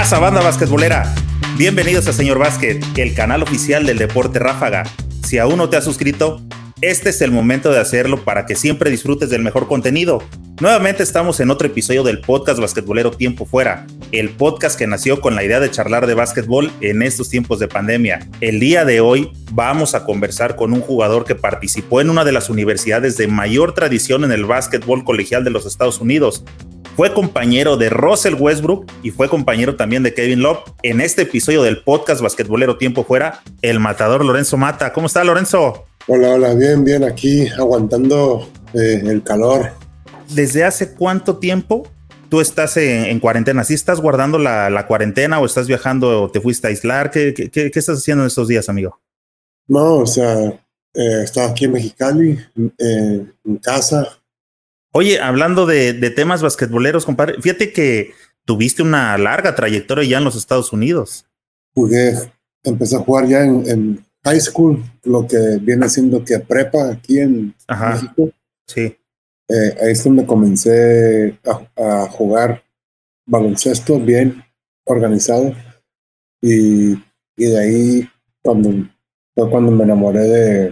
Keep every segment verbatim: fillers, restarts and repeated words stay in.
pasa, banda basquetbolera? Bienvenidos a Señor Básquet, el canal oficial del deporte ráfaga. Si aún no te has suscrito, este es el momento de hacerlo para que siempre disfrutes del mejor contenido. Nuevamente estamos en otro episodio del podcast basquetbolero Tiempo Fuera, el podcast que nació con la idea de charlar de básquetbol en estos tiempos de pandemia. El día de hoy vamos a conversar con un jugador que participó en una de las universidades de mayor tradición en el básquetbol colegial de los Estados Unidos. Fue compañero de Russell Westbrook y fue compañero también de Kevin Love. En este episodio del podcast basquetbolero Tiempo Fuera, el matador Lorenzo Mata. ¿Cómo está, Lorenzo? Hola, hola, bien, bien, aquí aguantando eh, el calor. ¿Desde hace cuánto tiempo tú estás en, en cuarentena? ¿Sí estás guardando la, la cuarentena o estás viajando o te fuiste a aislar? ¿Qué, qué, qué, qué estás haciendo en estos días, amigo? No, o sea, eh, estaba aquí en Mexicali, eh, en casa. Oye, hablando de, de temas basquetboleros, compadre, fíjate que tuviste una larga trayectoria ya en los Estados Unidos. Jugué, empecé a jugar ya en, en high school, lo que viene siendo que prepa aquí en Ajá. México. Sí. Eh, ahí es donde comencé a, a jugar baloncesto bien organizado y, y de ahí cuando, fue cuando me enamoré de,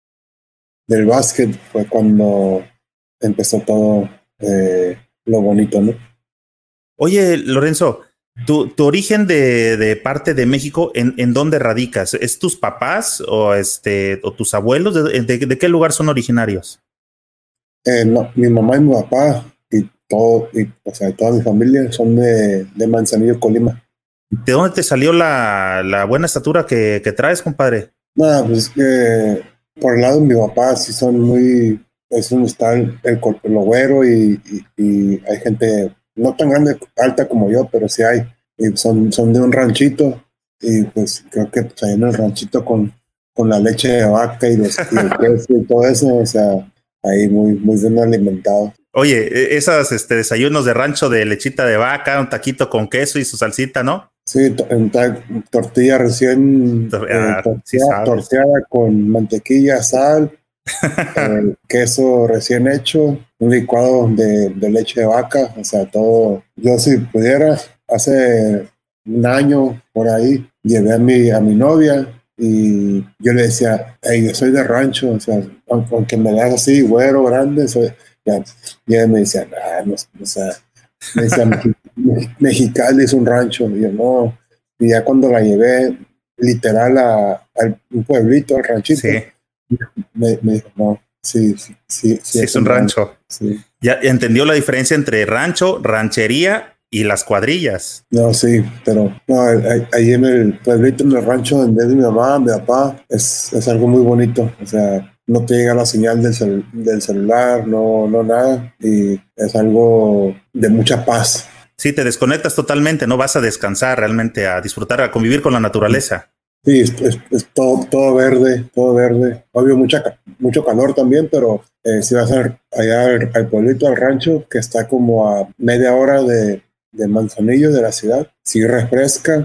del básquet, fue cuando empezó todo eh, lo bonito, ¿no? Oye, Lorenzo, tu, tu origen de, de parte de México, ¿en, en dónde radicas? ¿Es tus papás o este o tus abuelos? ¿De, de, de qué lugar son originarios? Eh, no, mi mamá y mi papá y todo, y, o sea, toda mi familia son de, de Manzanillo, Colima. ¿De dónde te salió la, la buena estatura que, que traes, compadre? Nada, pues es que por el lado de mi papá sí son muy, es donde está el, el, el güero y, y, y hay gente no tan grande, alta como yo, pero sí hay, y son, son de un ranchito y pues creo que pues, ahí en el ranchito con, con la leche de vaca y, los, y el queso y todo eso, o sea, ahí muy, muy bien alimentado. Oye, esas este, desayunos de rancho de lechita de vaca, un taquito con queso y su salsita, ¿no? Sí, to- en ta- tortilla recién Ah, eh, sí torteada, sabes. torteada con mantequilla, sal, eh, queso recién hecho, un licuado de, de leche de vaca, o sea, todo. Yo si pudiera, hace un año por ahí, llevé a mi, a mi novia y yo le decía, hey, yo soy de rancho, o sea, aunque, aunque me veas así, güero, grande, soy, ya, y ella me decía, nah, no, o sea, me decía, "Mexi- Mexicali es un rancho", y yo no, y ya cuando la llevé literal a, a un pueblito, al ranchito, Sí, me, me dijo, no, sí, sí, sí, sí, sí es un rancho. Sí. Ya entendió la diferencia entre rancho, ranchería y las cuadrillas. No, sí, pero no, ahí, ahí en el pueblito, en el rancho donde es mi mamá, mi papá, es, es algo muy bonito. O sea, no te llega la señal del, cel- del celular, no, no nada, y es algo de mucha paz. Sí, te desconectas totalmente, no vas a descansar realmente, a disfrutar, a convivir con la naturaleza. Sí, es, es, es todo, todo verde, todo verde. Obvio, mucha, ca- mucho calor también, pero eh, si vas a, allá al, al pueblito, al rancho, que está como a media hora de, de Manzanillo, de la ciudad, sí refresca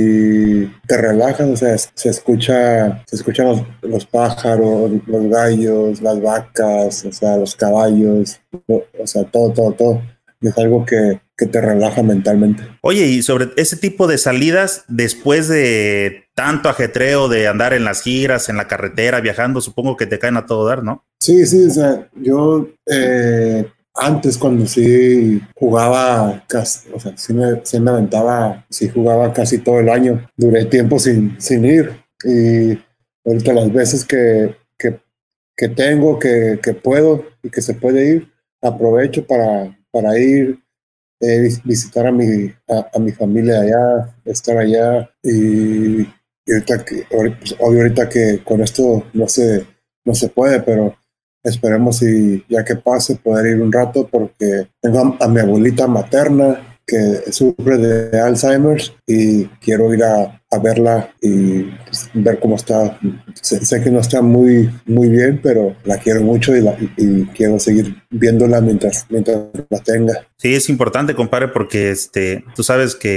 y te relajas, o sea, es- se escucha, se escuchan los, los pájaros, los gallos, las vacas, o sea, los caballos, o, o sea, todo, todo, todo. Y es algo que, que te relaja mentalmente. Oye, y sobre ese tipo de salidas, después de tanto ajetreo de andar en las giras, en la carretera, viajando, supongo que te caen a todo dar, ¿no? Sí, sí, o sea, yo eh, antes cuando sí jugaba, casi, o sea, sí me, sí me aventaba, sí jugaba casi todo el año, duré tiempo sin, sin ir y ahorita las veces que, que, que tengo, que, que puedo y que se puede ir, aprovecho para, para ir, eh, vis- visitar a mi, a, a mi familia allá, estar allá y, y ahorita que, ahorita, pues, obvio ahorita que con esto no se, no se puede, pero esperemos y ya que pase poder ir un rato porque tengo a, a mi abuelita materna que sufre de Alzheimer's y quiero ir a, a verla y pues, ver cómo está. Sé, sé que no está muy, muy bien, pero la quiero mucho y, la, y, y quiero seguir viéndola mientras, mientras la tenga. Sí, es importante, compadre, porque este, tú sabes que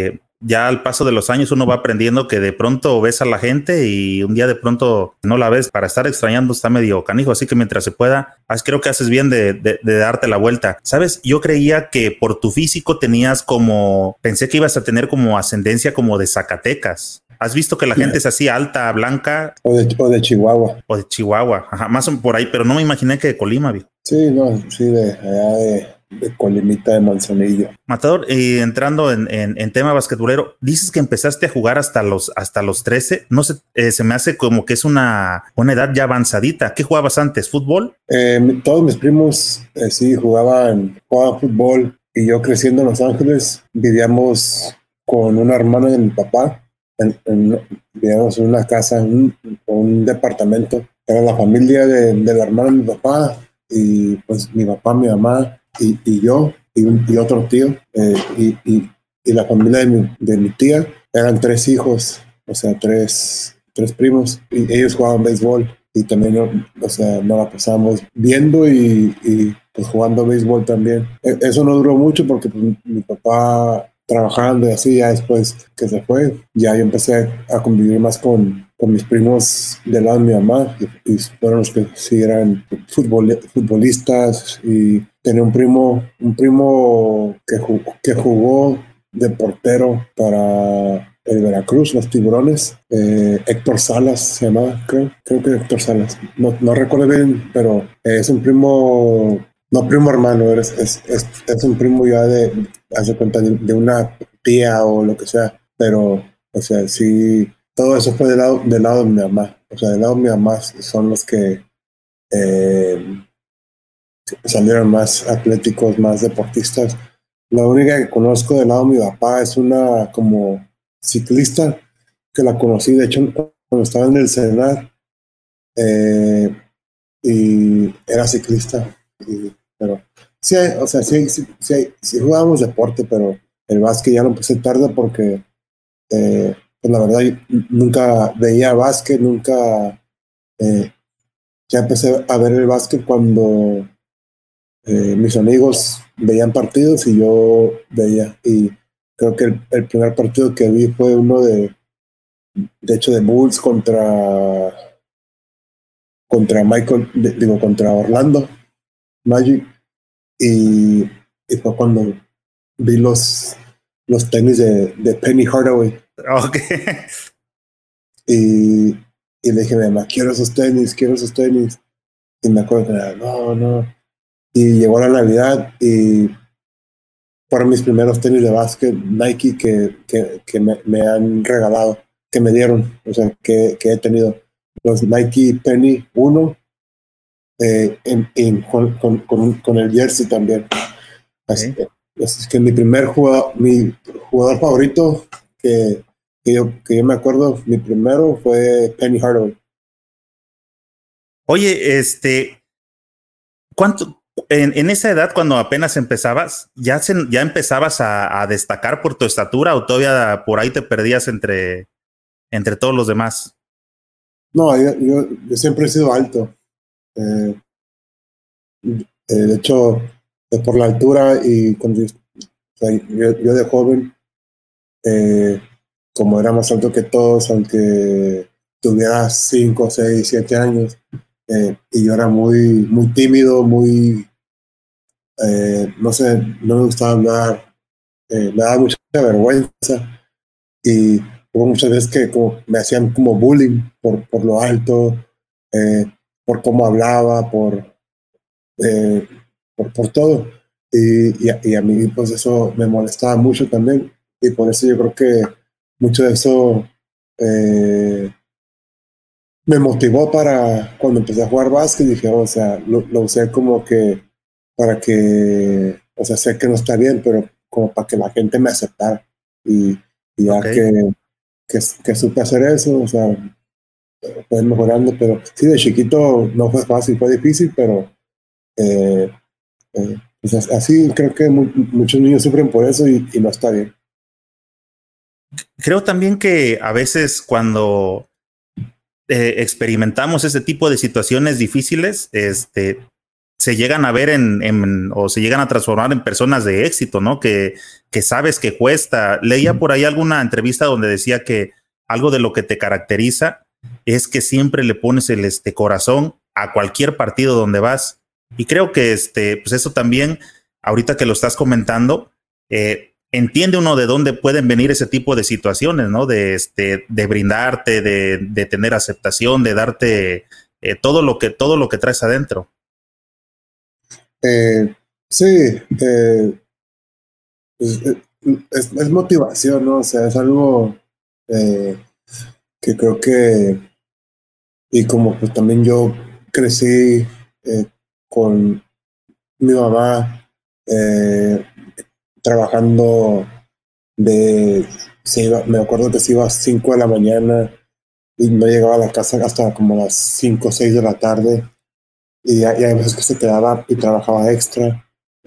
ya al paso de los años uno va aprendiendo que de pronto ves a la gente y un día de pronto no la ves. Para estar extrañando está medio canijo, así que mientras se pueda, creo que haces bien de, de, de darte la vuelta. ¿Sabes? Yo creía que por tu físico tenías como, pensé que ibas a tener como ascendencia como de Zacatecas. ¿Has visto que la gente es así alta, blanca? O de, o de Chihuahua. O de Chihuahua, ajá, más por ahí, pero no me imaginé que de Colima, viejo. Sí, no, sí, de allá de, de Colimita de Manzanillo. Matador, y entrando en, en, en tema basquetbolero, dices que empezaste a jugar hasta los, hasta los trece. No sé, eh, se me hace como que es una, una edad ya avanzadita. ¿Qué jugabas antes? ¿Fútbol? Eh, todos mis primos eh, sí jugaban, jugaban fútbol, y yo creciendo en Los Ángeles vivíamos con una hermana de mi papá. En, en, vivíamos en una casa, en un, un departamento. Era la familia de, de la hermana de mi papá, y pues mi papá, mi mamá y, y yo y, un, y otro tío, eh, y, y, y la familia de mi, de mi tía. Eran tres hijos, o sea, tres, tres primos, y ellos jugaban béisbol, y también, o sea, nos la pasábamos viendo y, y pues jugando béisbol también. Eso no duró mucho porque pues, mi papá trabajando y así, ya después que se fue, ya yo empecé a convivir más con, con mis primos del lado de mi mamá, y, y fueron los que sí eran futbol, futbolistas, y tenía un primo, un primo que jugó, que jugó de portero para el Veracruz, los Tiburones, eh, Héctor Salas se llamaba, creo, creo que Héctor Salas, no, no recuerdo bien, pero es un primo. No, primo hermano, es, es, es, es un primo ya de, hace cuenta, de, de una tía o lo que sea, pero, o sea, sí, todo eso fue del lado, del lado de mi mamá, o sea, del lado de mi mamá son los que eh, salieron más atléticos, más deportistas. La única que conozco del lado de mi papá es una como ciclista que la conocí, de hecho, cuando estaba en el Senar, eh, y era ciclista, y pero sí, hay, o sea, sí, sí, sí, hay, sí jugábamos deporte, pero el básquet ya lo empecé tarde porque, eh, pues la verdad, yo nunca veía básquet, nunca, eh, ya empecé a ver el básquet cuando eh, mis amigos veían partidos y yo veía, y creo que el, el primer partido que vi fue uno de, de hecho, de Bulls contra, contra Michael, de, digo, contra Orlando Magic. Y, y fue cuando vi los, los tenis de, de Penny Hardaway. Ok. Y, y le dije a mi mamá, quiero esos tenis, quiero esos tenis. Y me acuerdo que era, no, no. Y llegó la Navidad y fueron mis primeros tenis de básquet Nike que, que, que me, me han regalado, que me dieron, o sea, que, que he tenido. Los Nike Penny uno, eh, en, en, con, con, con, con el jersey también. Así que, así que mi primer jugador, mi jugador favorito que, que, yo, que yo me acuerdo, mi primero fue Penny Hardaway. Oye, este, ¿cuánto, en, en esa edad cuando apenas empezabas, ya, se, ya empezabas a, a destacar por tu estatura o todavía por ahí te perdías entre, entre todos los demás? No, yo, yo, yo siempre he sido alto. Eh, eh, de hecho, eh, por la altura y cuando, o sea, yo, yo de joven, eh, como era más alto que todos, aunque tuviera cinco, seis, siete años, eh, y yo era muy, muy tímido, muy, eh, no sé, no me gustaba hablar, eh, me daba mucha vergüenza, y hubo muchas veces que como, me hacían como bullying por, por lo alto, eh, por cómo hablaba, por, eh, por, por todo. Y, y, a, y a mí pues eso me molestaba mucho también, y por eso yo creo que mucho de eso eh, me motivó para cuando empecé a jugar básquet. Dije, oh, o sea, lo, lo usé como que para que, o sea, sé que no está bien, pero como para que la gente me aceptara, y, y ya Okay. que, que, que supe hacer eso, o sea, fue mejorando. Pero sí, de chiquito no fue fácil, fue difícil, pero eh, eh, pues así creo que mu muchos niños sufren por eso, y, y no está bien. Creo también que a veces cuando eh, experimentamos ese tipo de situaciones difíciles, este, se llegan a ver en, en o se llegan a transformar en personas de éxito, ¿no? Que, que sabes que cuesta. Leía por ahí alguna entrevista donde decía que algo de lo que te caracteriza es que siempre le pones el este, corazón a cualquier partido donde vas. Y creo que este, pues eso también, ahorita que lo estás comentando, eh, entiende uno de dónde pueden venir ese tipo de situaciones, ¿no? De, este, de brindarte, de, de tener aceptación, de darte eh, todo lo que, todo lo que traes adentro. Eh, sí, eh, es, es, es motivación, ¿no? O sea, es algo eh, que creo que, y como pues también yo crecí eh, con mi mamá eh, trabajando de, se iba, me acuerdo que se iba a cinco de la mañana y no llegaba a la casa hasta como las cinco o seis de la tarde, y, y hay veces que se quedaba y trabajaba extra,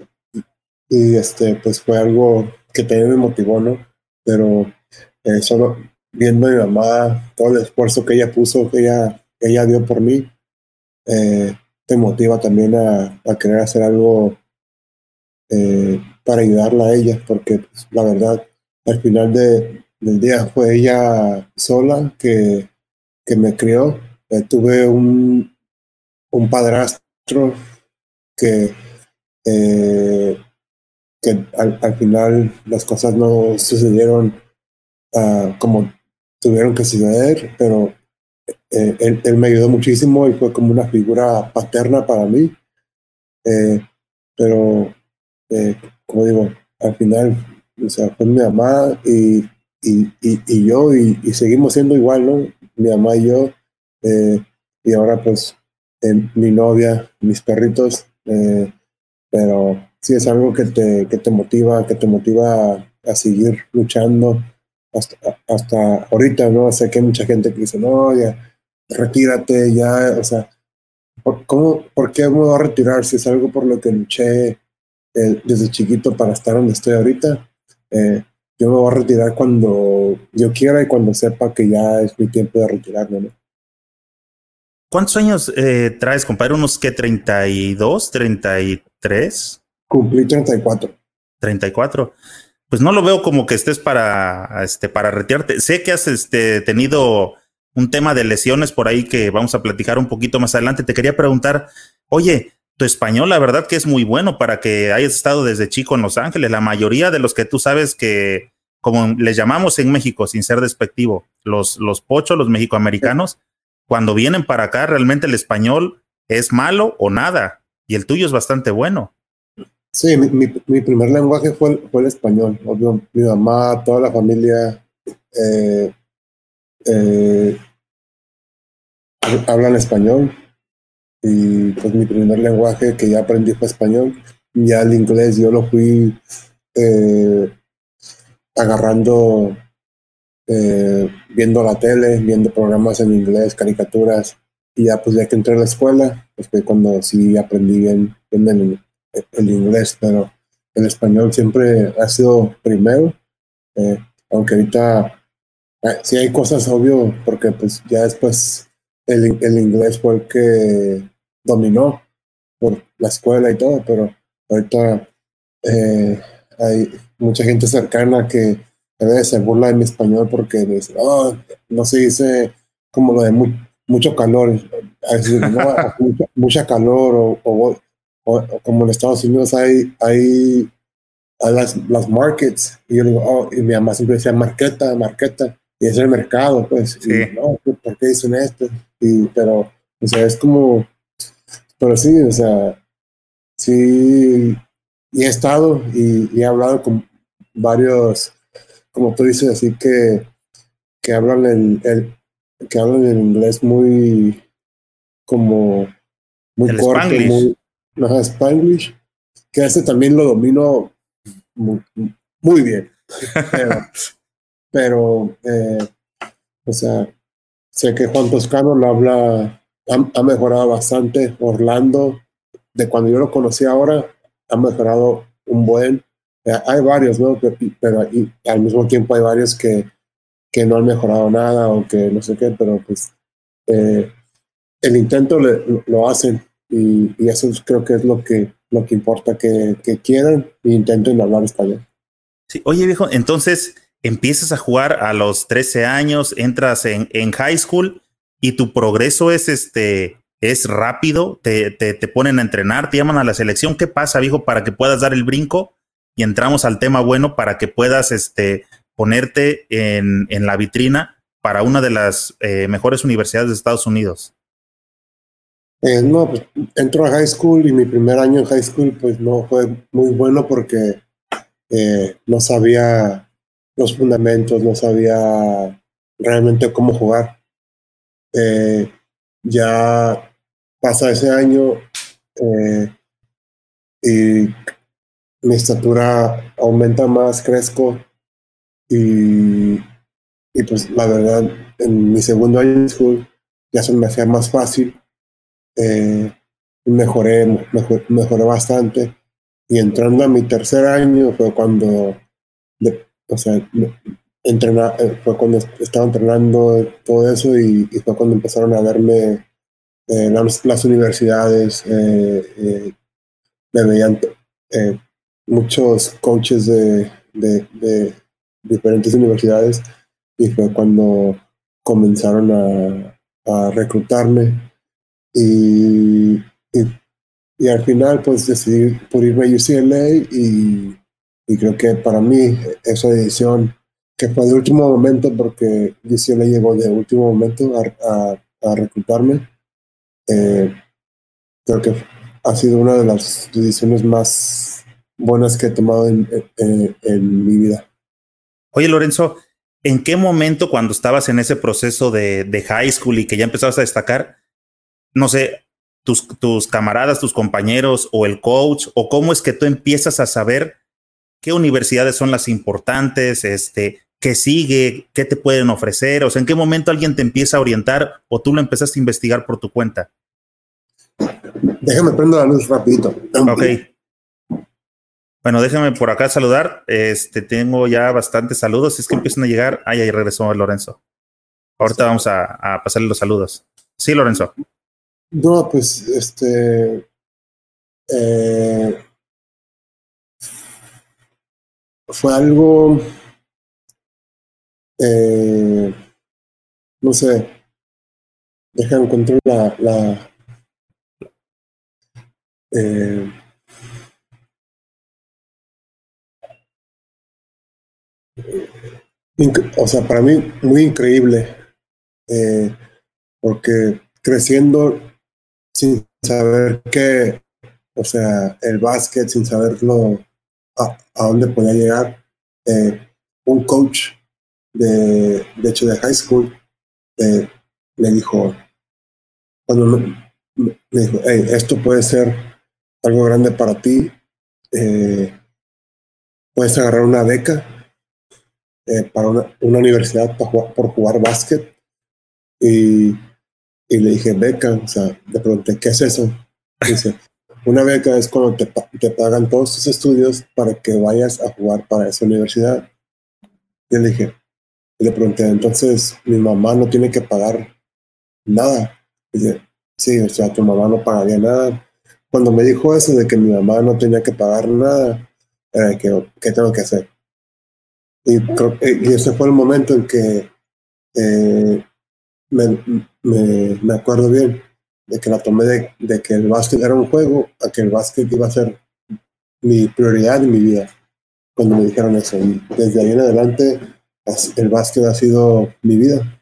y este pues fue algo que también me motivó, ¿no? Pero eh, solo viendo a mi mamá, todo el esfuerzo que ella puso, que ella, que ella dio por mí, eh, te motiva también a, a querer hacer algo eh, para ayudarla a ella, porque pues, la verdad, al final de, del día fue ella sola que, que me crió. Eh, tuve un, un padrastro que, eh, que al, al final las cosas no sucedieron uh, como tuvieron que suceder, pero eh, él, él me ayudó muchísimo y fue como una figura paterna para mí. Eh, pero eh, como digo, al final, o sea, fue mi mamá y, y, y, y yo, y, y seguimos siendo igual, ¿no? Mi mamá y yo, eh, y ahora pues eh, mi novia, mis perritos, eh, pero sí es algo que te, que te motiva, que te motiva a, a seguir luchando hasta, hasta ahorita, ¿no? Sé que hay mucha gente que dice, no, ya, retírate, ya, o sea, ¿por, cómo, ¿por qué me voy a retirar si es algo por lo que luché Eh, desde chiquito para estar donde estoy ahorita? Eh, yo me voy a retirar cuando yo quiera y cuando sepa que ya es mi tiempo de retirarme, ¿no? ¿Cuántos años eh, traes, compadre? ¿Unos qué? ¿treinta y dos? ¿treinta y tres? Cumplí treinta y cuatro. ¿treinta y cuatro? Pues no lo veo como que estés para, este, para retirarte. Sé que has este, tenido un tema de lesiones por ahí que vamos a platicar un poquito más adelante. Te quería preguntar, oye, tu español, la verdad que es muy bueno para que hayas estado desde chico en Los Ángeles. La mayoría de los que tú sabes que, como les llamamos en México, sin ser despectivo, los, los pochos, los mexicoamericanos, cuando vienen para acá, realmente el español es malo o nada. Y el tuyo es bastante bueno. Sí, mi, mi, mi primer lenguaje fue el, fue el español. Obvio, mi mamá, toda la familia eh, eh, hablan español. Y pues mi primer lenguaje que ya aprendí fue español. Ya el inglés yo lo fui eh, agarrando eh, viendo la tele, viendo programas en inglés, caricaturas, y ya pues ya que entré a la escuela, pues fue cuando sí aprendí bien, bien el, el inglés, pero el español siempre ha sido primero, eh, aunque ahorita eh, sí hay cosas obvio, porque pues ya después el, el inglés fue el que dominó por la escuela y todo, pero ahorita eh, hay mucha gente cercana que a veces se burla de mi español porque me dice, oh, no se dice como lo de mu mucho calor, decir, no, mucha, mucha calor, o, o, o, o como en Estados Unidos hay, hay, hay las, las markets, y yo digo, oh, y mi mamá siempre decía marqueta, marqueta, y es el mercado, pues, Sí. y no, ¿por qué dicen esto? Y, pero, o sea, es como, pero sí, o sea, sí, y he estado y, y he hablado con varios, como tú dices, así que, que hablan el, el que hablan el inglés muy como muy El corto, Spanglish. muy no, Spanglish, que ese también lo domino muy, muy bien, pero, pero eh, o sea, sé que Juan Toscano lo habla, ha, ha mejorado bastante. Orlando, de cuando yo lo conocí ahora, ha mejorado un buen. Eh, hay varios, ¿no? Pero, pero y, al mismo tiempo hay varios que, que no han mejorado nada o que no sé qué, pero pues eh, el intento le, lo hacen. y, y eso creo que es lo que, lo que importa, que, que quieran e intenten hablar español. Sí. Oye, viejo, entonces empiezas a jugar a los trece años, entras en, en high school y tu progreso es este es rápido, te, te, te ponen a entrenar, te llaman a la selección. ¿Qué pasa, viejo, para que puedas dar el brinco? Y entramos al tema bueno para que puedas este, ponerte en, en la vitrina para una de las eh, mejores universidades de Estados Unidos. Eh, no, pues entro a high school y mi primer año en high school pues no fue muy bueno porque eh, no sabía los fundamentos, no sabía realmente cómo jugar. Eh, ya pasa ese año eh, y mi estatura aumenta más, crezco y, y pues la verdad en mi segundo año de school ya se me hacía más fácil, eh, mejoré, mejor, mejoré bastante y entrando a mi tercer año fue cuando, de, o sea, entrena, fue cuando estaba entrenando todo eso y, y fue cuando empezaron a darme eh, las, las universidades, eh, eh, me veían eh, muchos coaches de, de, de diferentes universidades y fue cuando comenzaron a, a reclutarme y, y, y al final pues decidí por irme a U C L A y, y creo que para mí esa decisión que fue de último momento porque U C L A llegó de último momento a, a, a reclutarme, eh, creo que ha sido una de las decisiones más buenas que he tomado en, en, en mi vida. Oye, Lorenzo, ¿en qué momento cuando estabas en ese proceso de, de high school y que ya empezabas a destacar, no sé, tus, tus camaradas, tus compañeros o el coach, o cómo es que tú empiezas a saber qué universidades son las importantes, este, qué sigue, qué te pueden ofrecer? O sea, ¿en qué momento alguien te empieza a orientar o tú lo empezaste a investigar por tu cuenta? Déjame prender la luz rapidito. Ok. Bueno, déjame por acá saludar. Este, tengo ya bastantes saludos. Es que empiezan a llegar. Ay, ahí regresó Lorenzo. Ahorita vamos a, a pasarle los saludos. Sí, Lorenzo. No, pues, este... Eh, fue algo... Eh, no sé. Déjame encontrar la... la eh, o sea, para mí muy increíble, eh, porque creciendo sin saber que, o sea, el básquet, sin saberlo a, a dónde podía llegar, eh, un coach de, de hecho de high school eh, me dijo, cuando me, me dijo, hey, esto puede ser algo grande para ti, eh, puedes agarrar una beca eh, para una, una universidad para jugar, por jugar básquet. Y, y le dije, beca, o sea, le pregunté, ¿qué es eso? Dice, una beca es cuando te, te pagan todos tus estudios para que vayas a jugar para esa universidad. Y le dije, y le pregunté, entonces mi mamá no tiene que pagar nada. Dice, sí, o sea, tu mamá no pagaría nada. Cuando me dijo eso de que mi mamá no tenía que pagar nada, era que, ¿qué tengo que hacer? Y, y ese fue el momento en que eh, me, me, me acuerdo bien de que la tomé de, de que el básquet era un juego a que el básquet iba a ser mi prioridad en mi vida cuando me dijeron eso. Y desde ahí en adelante el básquet ha sido mi vida.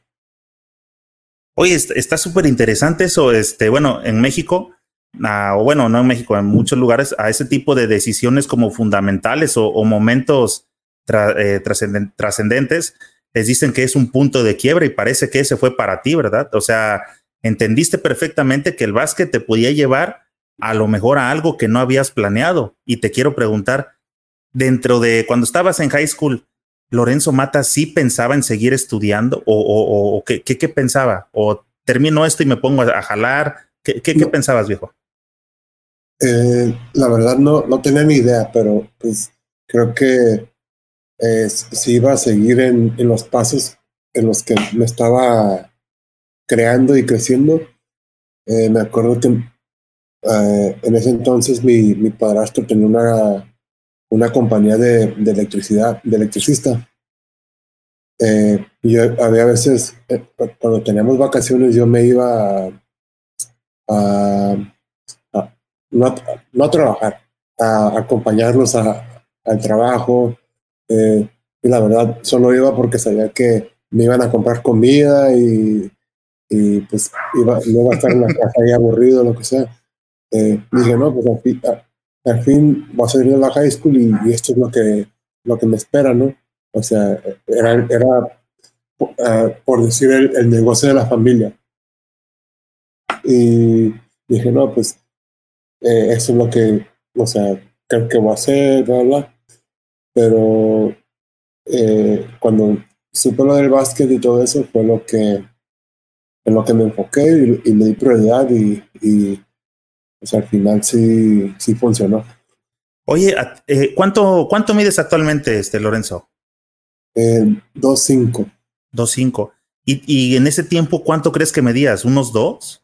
Oye, está súper interesante eso. Este, bueno, en México, uh, o bueno, no en México, en muchos lugares, a ese tipo de decisiones como fundamentales o, o momentos tra, eh, trascendentes, les dicen que es un punto de quiebra y parece que ese fue para ti, ¿verdad? O sea, entendiste perfectamente que el básquet te podía llevar a lo mejor a algo que no habías planeado. Y te quiero preguntar, dentro de cuando estabas en high school, ¿Lorenzo Mata sí pensaba en seguir estudiando o, o, o ¿qué, qué, qué pensaba? ¿O termino esto y me pongo a, a jalar? ¿Qué, qué, no. ¿Qué pensabas, viejo? Eh, la verdad no, no tenía ni idea, pero pues creo que eh, si iba a seguir en, en los pasos en los que me estaba creando y creciendo. Eh, me acuerdo que eh, en ese entonces mi, mi padrastro tenía una, una compañía de, de electricidad, de electricista. Eh, y yo había veces, eh, cuando teníamos vacaciones, yo me iba a, a, a- no, a no a trabajar, a acompañarlos a- al trabajo. eh, y la verdad, solo iba porque sabía que me iban a comprar comida y, y pues iba, no iba a estar en la casa ahí aburrido, lo que sea. Eh, dije, no, pues al fin, a- al fin voy a salir de la high school y, y esto es lo que, lo que me espera, ¿no? O sea, era, era uh, por decir, el, el negocio de la familia. Y dije, no, pues eh, eso es lo que, o sea, creo que voy a hacer, bla, bla. Pero eh, cuando supe lo del básquet y todo eso, fue lo que, en lo que me enfoqué y, y le di prioridad y, y pues, al final sí, sí funcionó. Oye, eh, ¿cuánto, ¿cuánto mides actualmente, este, Lorenzo? Eh, dos cinco. dos cinco. ¿Y, y en ese tiempo cuánto crees que medías? ¿Unos dos?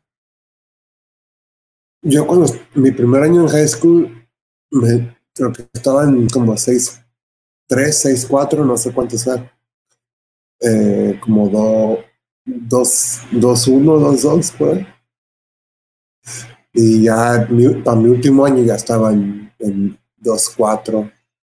Yo cuando mi primer año en high school, me, creo que estaban como seis tres seis cuatro no sé cuánto sea. Eh, como dos dos dos uno dos dos por ahí. Y ya mi, para mi último año ya estaba en, en dos cuatro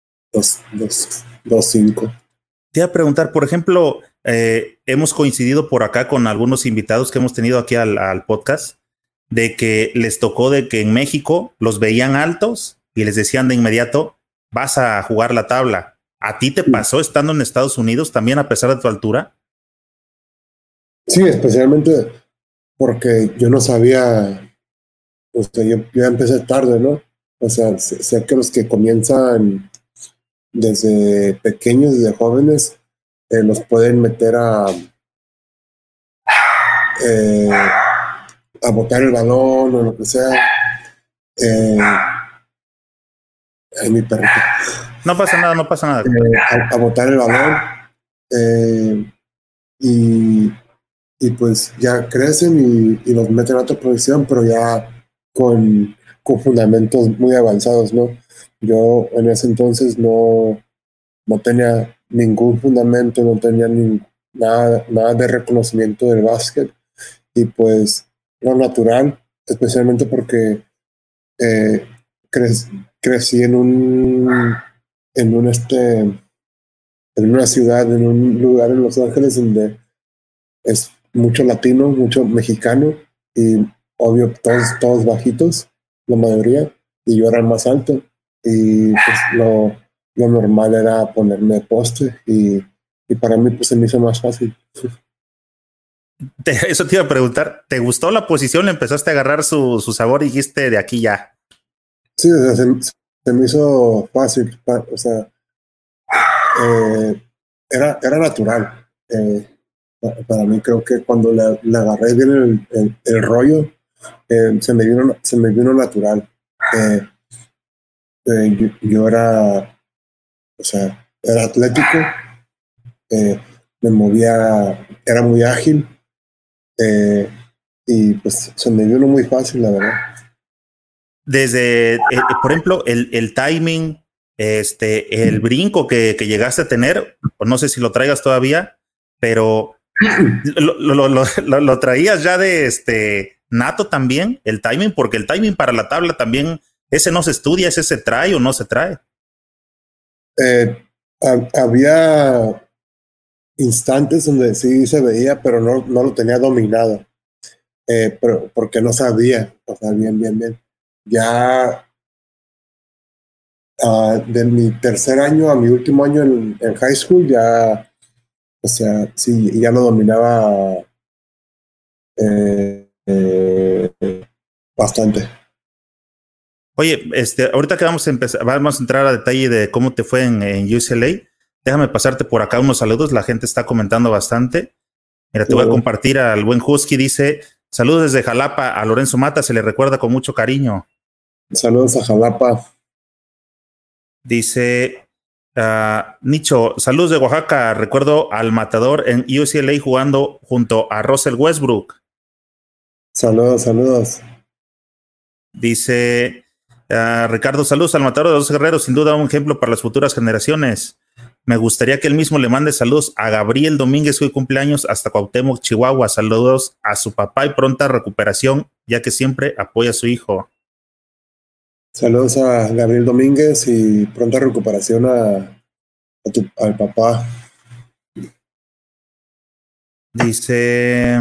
dos cinco. Te iba a preguntar, por ejemplo, eh, hemos coincidido por acá con algunos invitados que hemos tenido aquí al, al podcast, de que les tocó de que en México los veían altos y les decían de inmediato, vas a jugar la tabla. ¿A ti te pasó estando en Estados Unidos también a pesar de tu altura? Sí, especialmente porque yo no sabía, o sea, yo, yo empecé tarde, ¿no? O sea, sé, sé que los que comienzan desde pequeños, desde jóvenes, eh, los pueden meter a, eh, a botar el balón o lo que sea. Eh, ay, mi perrito. No pasa nada, no pasa nada. Eh, a, a botar el balón. Eh, y, y pues ya crecen y, y los meten a otra posición, pero ya con, con fundamentos muy avanzados, ¿no? Yo en ese entonces no, no tenía ningún fundamento, no tenía ni, nada, nada de reconocimiento del básquet y pues lo natural, especialmente porque eh, cre- crecí en un, en un este, en una ciudad, en un lugar en Los Ángeles donde es mucho latino, mucho mexicano y obvio todos, todos bajitos, la mayoría, y yo era el más alto y pues lo, lo normal era ponerme poste y, y para mí pues se me hizo más fácil. Te, eso te iba a preguntar, ¿te gustó la posición? ¿Le empezaste a agarrar su, su sabor y dijiste de aquí ya? Sí, o sea, se, se me hizo fácil, pa- o sea, eh, era, era natural. Eh, pa- para mí creo que cuando le, le agarré bien el, el, el rollo, eh, se, me vino, se me vino natural. Eh, eh, yo, yo era, o sea, era atlético, eh, me movía, era muy ágil eh, y pues se me vino muy fácil, la verdad. Desde, eh, por ejemplo, el, el timing, este, el brinco que, que llegaste a tener, o no sé si lo traigas todavía, pero lo, lo, lo, lo, lo traías ya de este nato también, el timing, porque el timing para la tabla también, ese no se estudia, ese se trae o no se trae. Eh, ha- había instantes donde sí se veía, pero no, no lo tenía dominado, eh, pero porque no sabía, o sea, bien, bien, bien. Ya uh, de mi tercer año a mi último año en, en high school, ya, o sea, sí, ya lo dominaba eh, eh, bastante. Oye, este, ahorita que vamos a empezar, vamos a entrar a detalle de cómo te fue en, en U C L A. Déjame pasarte por acá unos saludos. La gente está comentando bastante. Mira, te voy a Claro. compartir al buen Husky. Dice, saludos desde Jalapa a Lorenzo Mata. Se le recuerda con mucho cariño. Saludos a Jalapa. Dice, uh, Nicho, saludos de Oaxaca. Recuerdo al matador en U C L A jugando junto a Russell Westbrook. Saludos, saludos. Dice uh, Ricardo, saludos al matador de los guerreros, sin duda un ejemplo para las futuras generaciones. Me gustaría que él mismo le mande saludos a Gabriel Domínguez, hoy cumpleaños, hasta Cuauhtémoc, Chihuahua. Saludos a su papá y pronta recuperación, ya que siempre apoya a su hijo. Saludos a Gabriel Domínguez y pronta recuperación a, a tu, al papá. Dice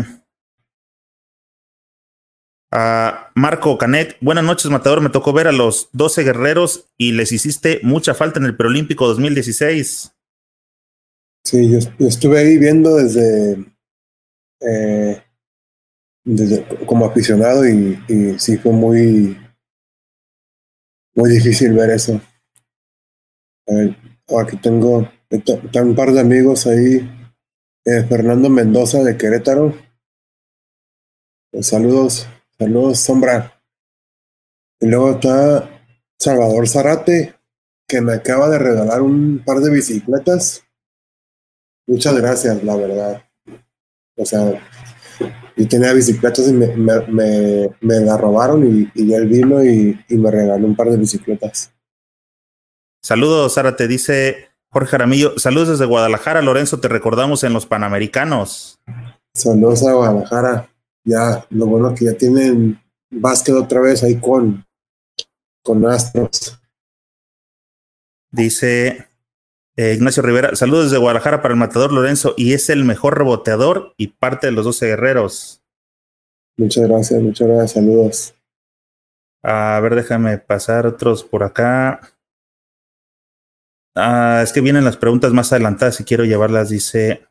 uh, Marco Canet, buenas noches, matador. Me tocó ver a los doce guerreros y les hiciste mucha falta en el Preolímpico dos mil dieciséis. Sí, yo, yo estuve ahí viendo desde, eh, desde como aficionado y, y sí fue muy, muy difícil ver eso. A ver, aquí tengo, tengo un par de amigos ahí. Eh, Fernando Mendoza de Querétaro. Pues saludos, saludos, Sombra. Y luego está Salvador Zarate, que me acaba de regalar un par de bicicletas. Muchas gracias, la verdad. O sea, yo tenía bicicletas y me, me, me, me la robaron y, y él vino y, y me regaló un par de bicicletas. Saludos, Sara, te dice Jorge Jaramillo. Saludos desde Guadalajara, Lorenzo, te recordamos en los Panamericanos. Saludos a Guadalajara. Ya, lo bueno que ya tienen básquet otra vez ahí con, con Astros. Dice eh, Ignacio Rivera, saludos desde Guadalajara para el matador Lorenzo, y es el mejor reboteador y parte de los doce guerreros. Muchas gracias, muchas gracias, saludos. A ver, déjame pasar otros por acá. Ah, es que vienen las preguntas más adelantadas y quiero llevarlas. Dice,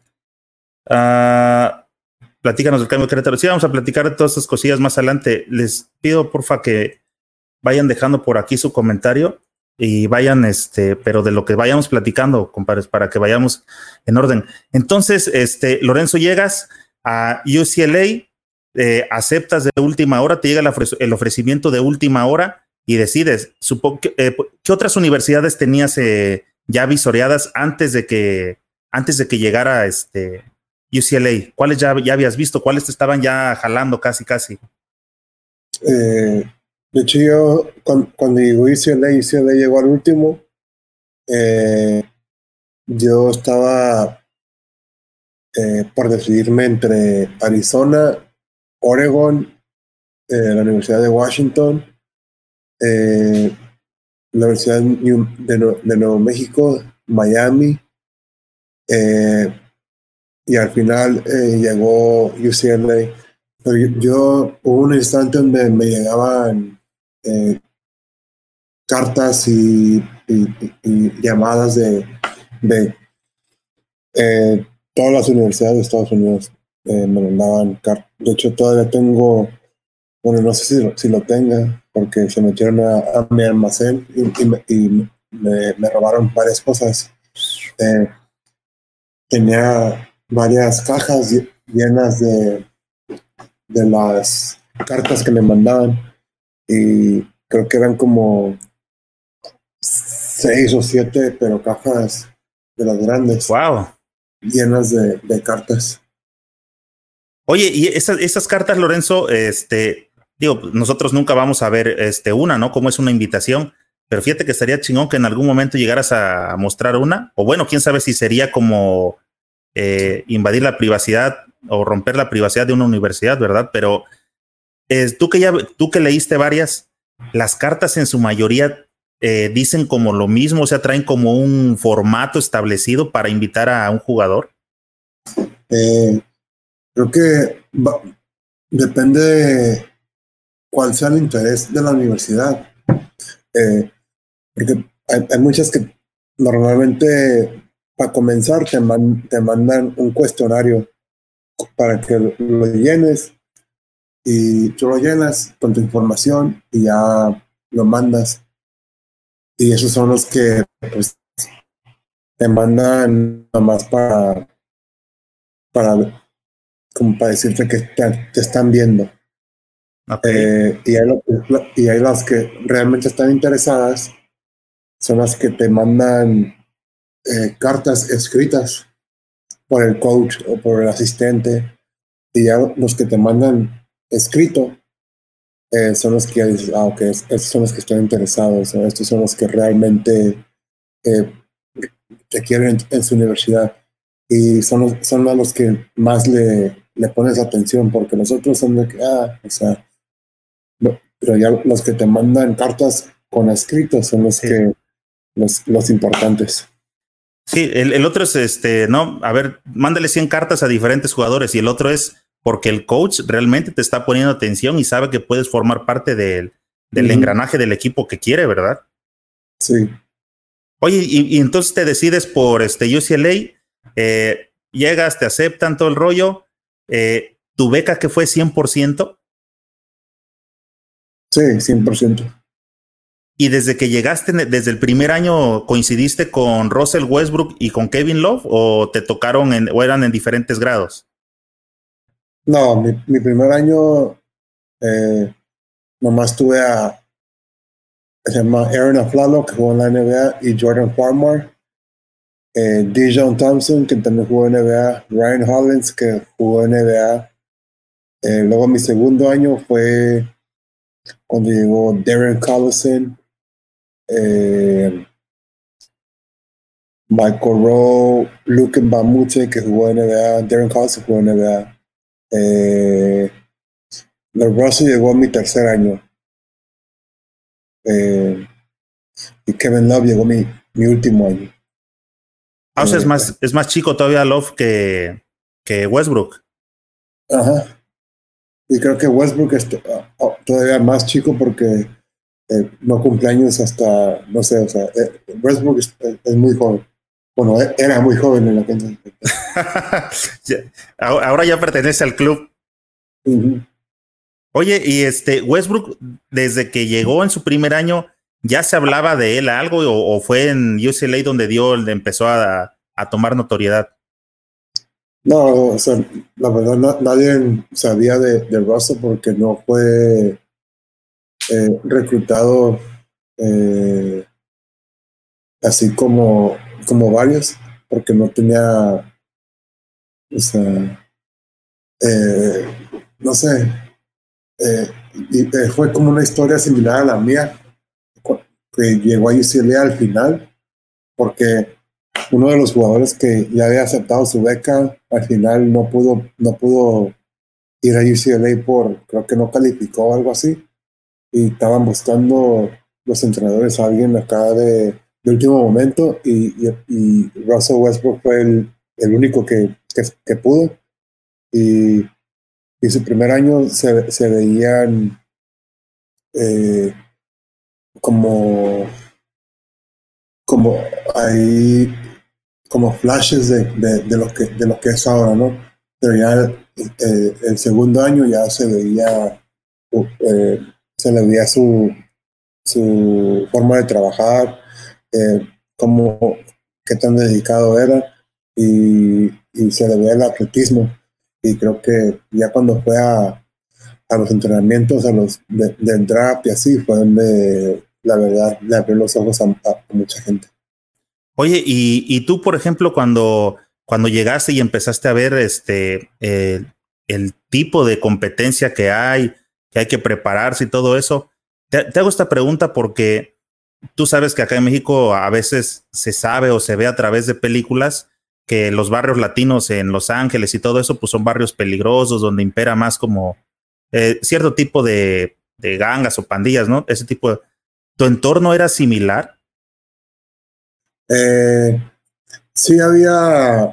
ah, platícanos del cambio de Querétaro. Sí, vamos a platicar de todas estas cosillas más adelante. Les pido, porfa, que vayan dejando por aquí su comentario y vayan, este, pero de lo que vayamos platicando, compadres, para que vayamos en orden. Entonces, este, Lorenzo, llegas a U C L A, eh, aceptas de última hora, te llega el, ofre- el ofrecimiento de última hora y decides. Supongo que, eh, ¿qué otras universidades tenías eh, ya visoreadas antes de que, antes de que llegara este U C L A? ¿Cuáles ya, ya habías visto? ¿Cuáles te estaban ya jalando casi, casi? Eh, de hecho, yo cuando, cuando llegó U C L A, U C L A llegó al último. Eh, yo estaba eh, por decidirme entre Arizona, Oregon, eh, la Universidad de Washington, eh, la Universidad de, New, de, de Nuevo México, Miami, eh, y al final eh, llegó U C L A. Pero yo, yo hubo un instante donde me llegaban eh, cartas y, y, y, y llamadas de, de eh, todas las universidades de Estados Unidos. Eh, me mandaban cartas. De hecho, todavía tengo, bueno, no sé si lo, si lo tenga, porque se metieron a, a mi almacén y, y, me, y me, me robaron varias cosas. Eh, tenía varias cajas llenas de, de las cartas que me mandaban y creo que eran como seis o siete, pero cajas de las grandes. Wow. Llenas de, de cartas. Oye, y esas, esas cartas, Lorenzo, este, digo, nosotros nunca vamos a ver este, una, ¿no? Como es una invitación, pero fíjate que estaría chingón que en algún momento llegaras a mostrar una, o bueno, quién sabe si sería como eh, invadir la privacidad o romper la privacidad de una universidad, ¿verdad? Pero eh, tú que ya, tú que leíste varias, las cartas en su mayoría eh, dicen como lo mismo, o sea, traen como un formato establecido para invitar a un jugador. Eh, creo que va, depende de cuál sea el interés de la universidad. Eh, porque hay, hay muchas que normalmente para comenzar te, man, te mandan un cuestionario para que lo, lo llenes y tú lo llenas con tu información y ya lo mandas. Y esos son los que pues, te mandan nada más para, para, como para decirte que te, te están viendo. Okay. Eh, y, hay lo, y hay las que realmente están interesadas, son las que te mandan eh, cartas escritas por el coach o por el asistente, y ya los que te mandan escrito eh, son los que ya dices, ah, ok, es- estos son los que están interesados, o estos son los que realmente eh, te quieren en, en su universidad. Y son, los- son a los que más le, le pones atención, porque los otros son de que, ah, o sea, no, pero ya los que te mandan cartas con escritos son los Sí. que, los, los importantes. Sí, el, el otro es este, no, a ver, mándale cien cartas a diferentes jugadores y el otro es porque el coach realmente te está poniendo atención y sabe que puedes formar parte del, del Ujú. engranaje del equipo que quiere, ¿verdad? Sí, Oye, y, y entonces te decides por este U C L A, eh, llegas, te aceptan todo el rollo, eh, tu beca que fue cien por ciento sí, cien por ciento. y desde que llegaste, desde el primer año, coincidiste con Russell Westbrook y con Kevin Love o te tocaron en, o eran en diferentes grados. No, mi, mi primer año eh, nomás tuve a, se llama Aaron Aflalo, que jugó en la N B A, y Jordan Farmar, eh, Dijon Thompson, que también jugó en N B A, Ryan Hollins, que jugó en N B A. Eh, luego mi segundo año fue cuando llegó Darren Collison, eh, Michael Rowe, Luke Mbamute, que jugó en N B A, Darren Collison jugó en N B A. Eh, Russell llegó a mi tercer año. Eh, y Kevin Love llegó mi, mi último año. Ah, o sea, es Eh, más, es más chico todavía Love que, que Westbrook. ajá. Y creo que Westbrook es to- oh, todavía más chico porque eh, no cumple años hasta, no sé, o sea, eh, Westbrook es, es muy joven. Bueno, e- era muy joven en la cancha. Ahora ya pertenece al club. Uh-huh. Oye, y este Westbrook, desde que llegó en su primer año, ¿ya se hablaba de él algo o, o fue en U C L A donde dio, donde empezó a, a tomar notoriedad? No, o sea, la verdad na- nadie sabía de, de Russell porque no fue eh, reclutado eh, así como, como varios, porque no tenía, o sea, eh, no sé, eh, y, eh, fue como una historia similar a la mía, cu- que llegó a U C L A al final, porque uno de los jugadores que ya había aceptado su beca, al final no pudo, no pudo ir a U C L A por, creo que no calificó o algo así, y estaban buscando los entrenadores a alguien acá de, de último momento, y, y, y Russell Westbrook fue el, el único que, que, que pudo, y, y su primer año se, se veían eh, como, como ahí, como flashes de, de, de, lo que, de lo que es ahora, ¿no? Pero ya eh, el segundo año ya se veía, uh, eh, se le veía su, su forma de trabajar, eh, cómo, qué tan dedicado era y, y se le veía el atletismo. Y creo que ya cuando fue a, a los entrenamientos, a los de, del draft y así, fue donde la verdad le abrió los ojos a, a mucha gente. Oye, y, y tú, por ejemplo, cuando, cuando llegaste y empezaste a ver este eh, el tipo de competencia que hay, que hay que prepararse y todo eso, te, te hago esta pregunta porque tú sabes que acá en México a veces se sabe o se ve a través de películas que los barrios latinos en Los Ángeles y todo eso, pues son barrios peligrosos donde impera más como eh, cierto tipo de, de gangas o pandillas, ¿no? Ese tipo de... ¿Tu entorno era similar? Eh, sí había,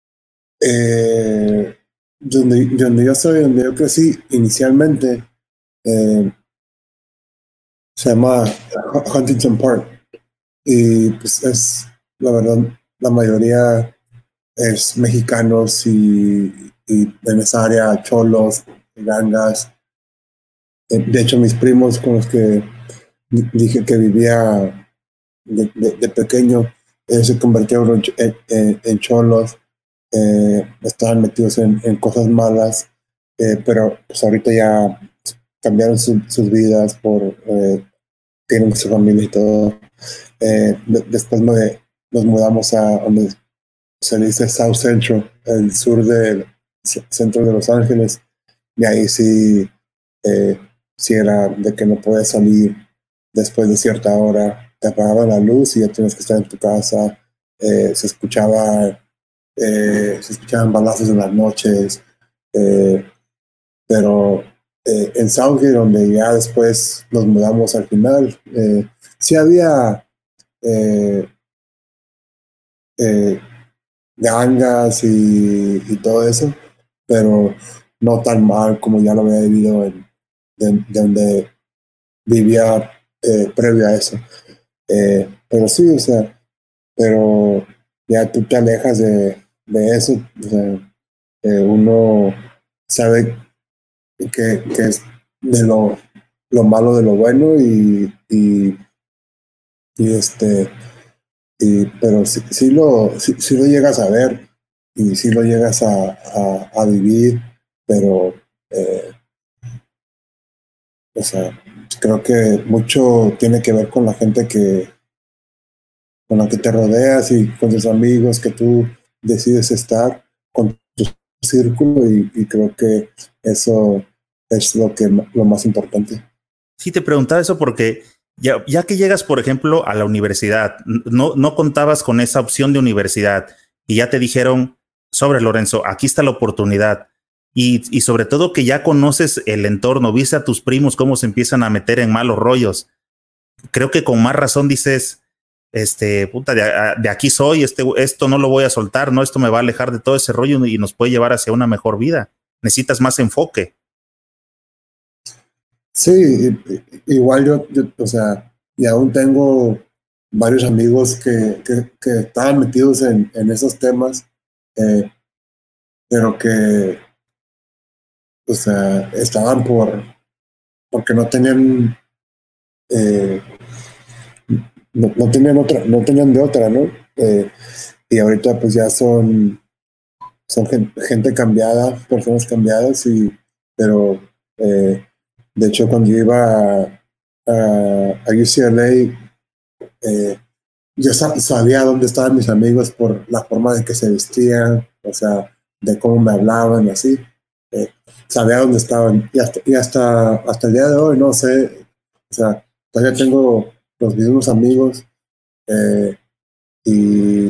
eh, donde, donde yo soy, donde yo crecí inicialmente, eh, se llama Huntington Park. Y pues es, la verdad, la mayoría es mexicanos y, y en esa área cholos, gangas. Eh, De hecho, mis primos con los que di- dije que vivía de, de- de pequeño, eh, se convirtieron en, ch- en- en- en cholos, eh, estaban metidos en, en cosas malas, eh, pero pues ahorita ya cambiaron su- sus vidas por, eh, tienen su familia y todo. Eh, de- después me- nos mudamos a donde se dice South Central, el sur del c- centro de Los Ángeles, y ahí sí, eh, si era de que no podías salir después de cierta hora, te apagaban la luz y ya tienes que estar en tu casa, eh, se escuchaba, eh, se escuchaban balazos en las noches, eh, pero eh, en Southgate, donde ya después nos mudamos al final, eh, sí había eh, eh, gangas y, y todo eso, pero no tan mal como ya lo había vivido en de, de donde vivía eh, previo a eso. Eh, pero sí, o sea, pero ya tú te alejas de, de eso, o sea, eh, uno sabe que, que es de lo, lo malo de lo bueno y, y, y este, y, pero sí, sí lo, sí, sí lo llegas a ver y sí lo llegas a, a, a vivir, pero eh, o sea, creo que mucho tiene que ver con la gente que, con la que te rodeas y con tus amigos que tú decides estar, con tu círculo y, y creo que eso es lo que lo más importante. Sí, te preguntaba eso porque ya, ya que llegas, por ejemplo, a la universidad, no, no contabas con esa opción de universidad y ya te dijeron, sobre Lorenzo, aquí está la oportunidad. Y, y sobre todo que ya conoces el entorno, viste a tus primos cómo se empiezan a meter en malos rollos. Creo que con más razón dices, este, puta, de, de aquí soy, este, esto no lo voy a soltar, no, esto me va a alejar de todo ese rollo y nos puede llevar hacia una mejor vida. Necesitas más enfoque. Sí, igual yo, yo o sea, y aún tengo varios amigos que, que, que estaban metidos en, en esos temas, eh, pero que, o sea, estaban por, porque no tenían, eh, no, no tenían otra, no tenían de otra, ¿no? Eh, y ahorita pues ya son, son gen, gente cambiada, personas cambiadas, y, pero eh, de hecho cuando yo iba a, a, a U C L A, eh, yo sa sabía dónde estaban mis amigos por la forma de que se vestían, o sea, de cómo me hablaban, así. Eh, sabía dónde estaban. Y hasta, y hasta, hasta el día de hoy, no sé, o sea, todavía tengo los mismos amigos eh, y,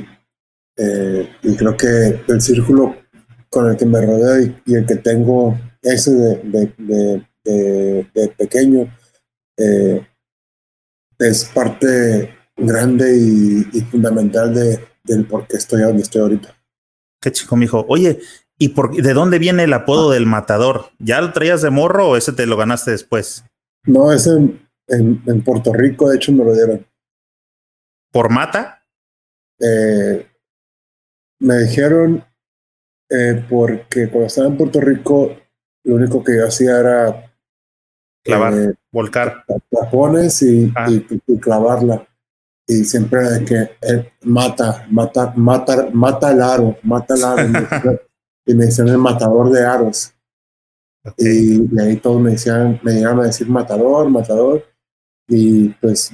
eh, y creo que el círculo con el que me rodeo y, y el que tengo ese de, de, de, de, de pequeño eh, es parte grande y, y fundamental de, del por qué estoy donde estoy ahorita. Qué chico, mijo. Oye, ¿y por, de dónde viene el apodo del matador? ¿Ya lo traías de morro o ese te lo ganaste después? No, es en, en, en Puerto Rico, de hecho me lo dieron. ¿Por mata? Eh, me dijeron eh, porque cuando estaba en Puerto Rico, lo único que yo hacía era Clavar, eh, volcar. tapones y, Ah. y, y clavarla. Y siempre de que eh, mata, mata, mata, mata el aro, mata el aro. Y me decían el matador de aros. Okay. Y, y ahí todos me decían, me llegaban a decir matador, matador. Y pues,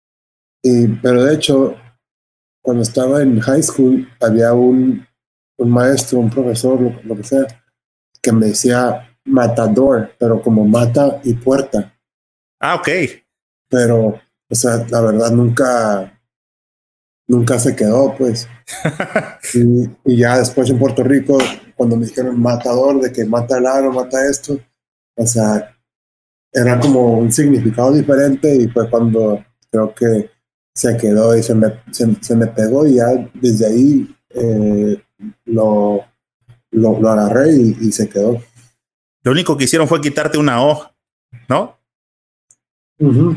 y, pero de hecho, cuando estaba en high school, había un, un maestro, un profesor, lo, lo que sea, que me decía matador, pero como mata y puerta. Ah, ok. Pero, o sea, la verdad nunca, nunca se quedó, pues. y, y ya después en Puerto Rico, cuando me dijeron matador, de que mata el aro, mata esto, o sea, era como un significado diferente y fue cuando creo que se quedó y se me, se, se me pegó y ya desde ahí eh, lo, lo, lo agarré y, y se quedó. Lo único que hicieron fue quitarte una O, ¿no? Uh-huh.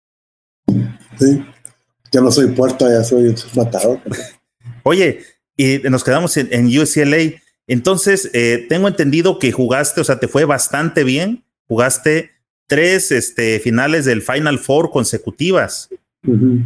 Sí, ya no soy puerta, ya soy matador. Oye, y nos quedamos en, en U C L A. Entonces, eh, tengo entendido que jugaste, o sea, te fue bastante bien. Jugaste tres este, finales del Final Four consecutivas. Uh-huh.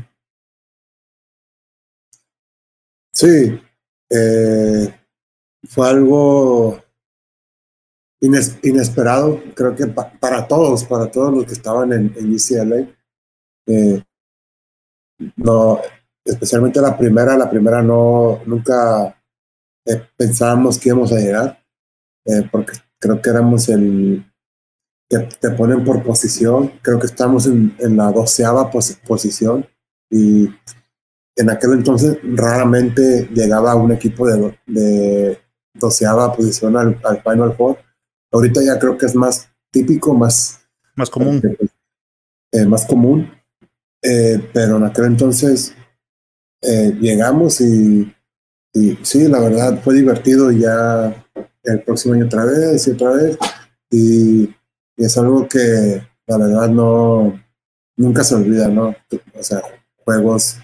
Sí, eh, fue algo ines inesperado, creo que pa para todos, para todos los que estaban en, en U C L A. Eh, no, especialmente la primera, la primera no, nunca eh, pensábamos que íbamos a llegar, eh, porque creo que éramos el, te, te ponen por posición. Creo que estamos en, en la doceava pos, posición y en aquel entonces raramente llegaba un equipo de, de doceava posición al, al Final Four. Ahorita ya creo que es más típico, más, más común. Eh, más común, eh, pero en aquel entonces eh, llegamos y, y sí, la verdad fue divertido. Ya el próximo año otra vez y otra vez, y, y es algo que la verdad no, nunca se olvida, ¿no? O sea, juegos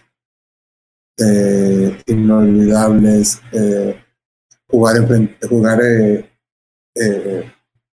eh, inolvidables, eh, jugar, en, jugar eh, eh,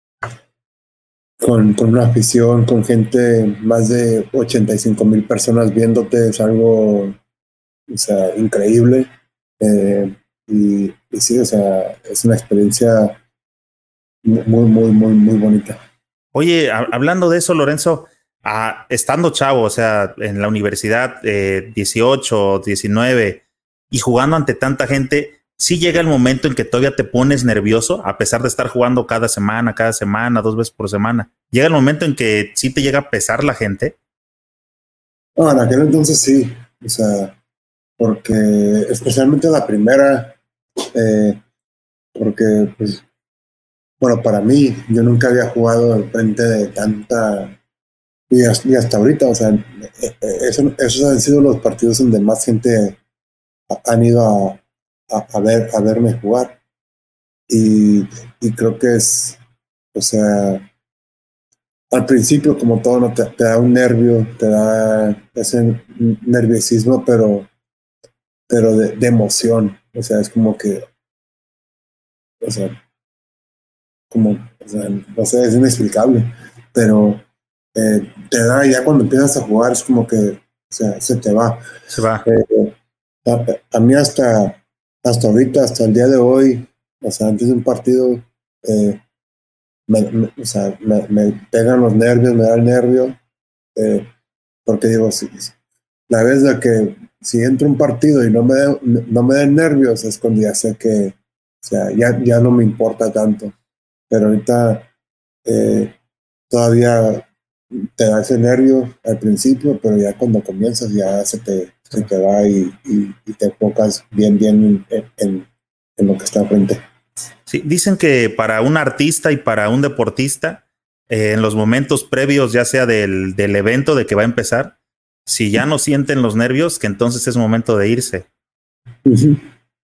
con, con una afición, con gente, más de ochenta y cinco mil personas viéndote, es algo, o sea, increíble. Eh, y, y sí, o sea, es una experiencia muy, muy, muy, muy bonita. Oye, a, hablando de eso, Lorenzo, a, estando chavo, o sea, en la universidad, eh, dieciocho, diecinueve, y jugando ante tanta gente, ¿sí llega el momento en que todavía te pones nervioso, a pesar de estar jugando cada semana, cada semana, dos veces por semana? ¿Llega el momento en que sí te llega a pesar la gente? No, en aquel entonces sí, o sea, porque especialmente la primera, eh, porque, pues, bueno, para mí, yo nunca había jugado al frente de tanta, y hasta, y hasta ahorita, o sea, eso, esos han sido los partidos donde más gente han ido a, a, a ver, a verme jugar. Y, y creo que es, o sea, al principio, como todo, no te, te da un nervio, te da ese nerviosismo, pero, pero de, de emoción. O sea, es como que, o sea, como, o sea, no sé, es inexplicable, pero eh, te da, ya cuando empiezas a jugar, es como que, o sea, se te va. Se va. Eh, a, a mí hasta, hasta ahorita, hasta el día de hoy, o sea, antes de un partido, eh, me, me, o sea, me, me pegan los nervios, me da el nervio, eh, porque digo, si, la vez de que si entro un partido y no me, no me den nervios, es cuando ya sé que, o sea, ya, ya no me importa tanto. Pero ahorita eh, todavía te da ese nervio al principio, pero ya cuando comienzas ya se te, se te va y, y, y te enfocas bien, bien en, en, en lo que está frente. Sí, dicen que para un artista y para un deportista, eh, en los momentos previos, ya sea del, del evento de que va a empezar, si ya no sienten los nervios, que entonces es momento de irse. Uh-huh.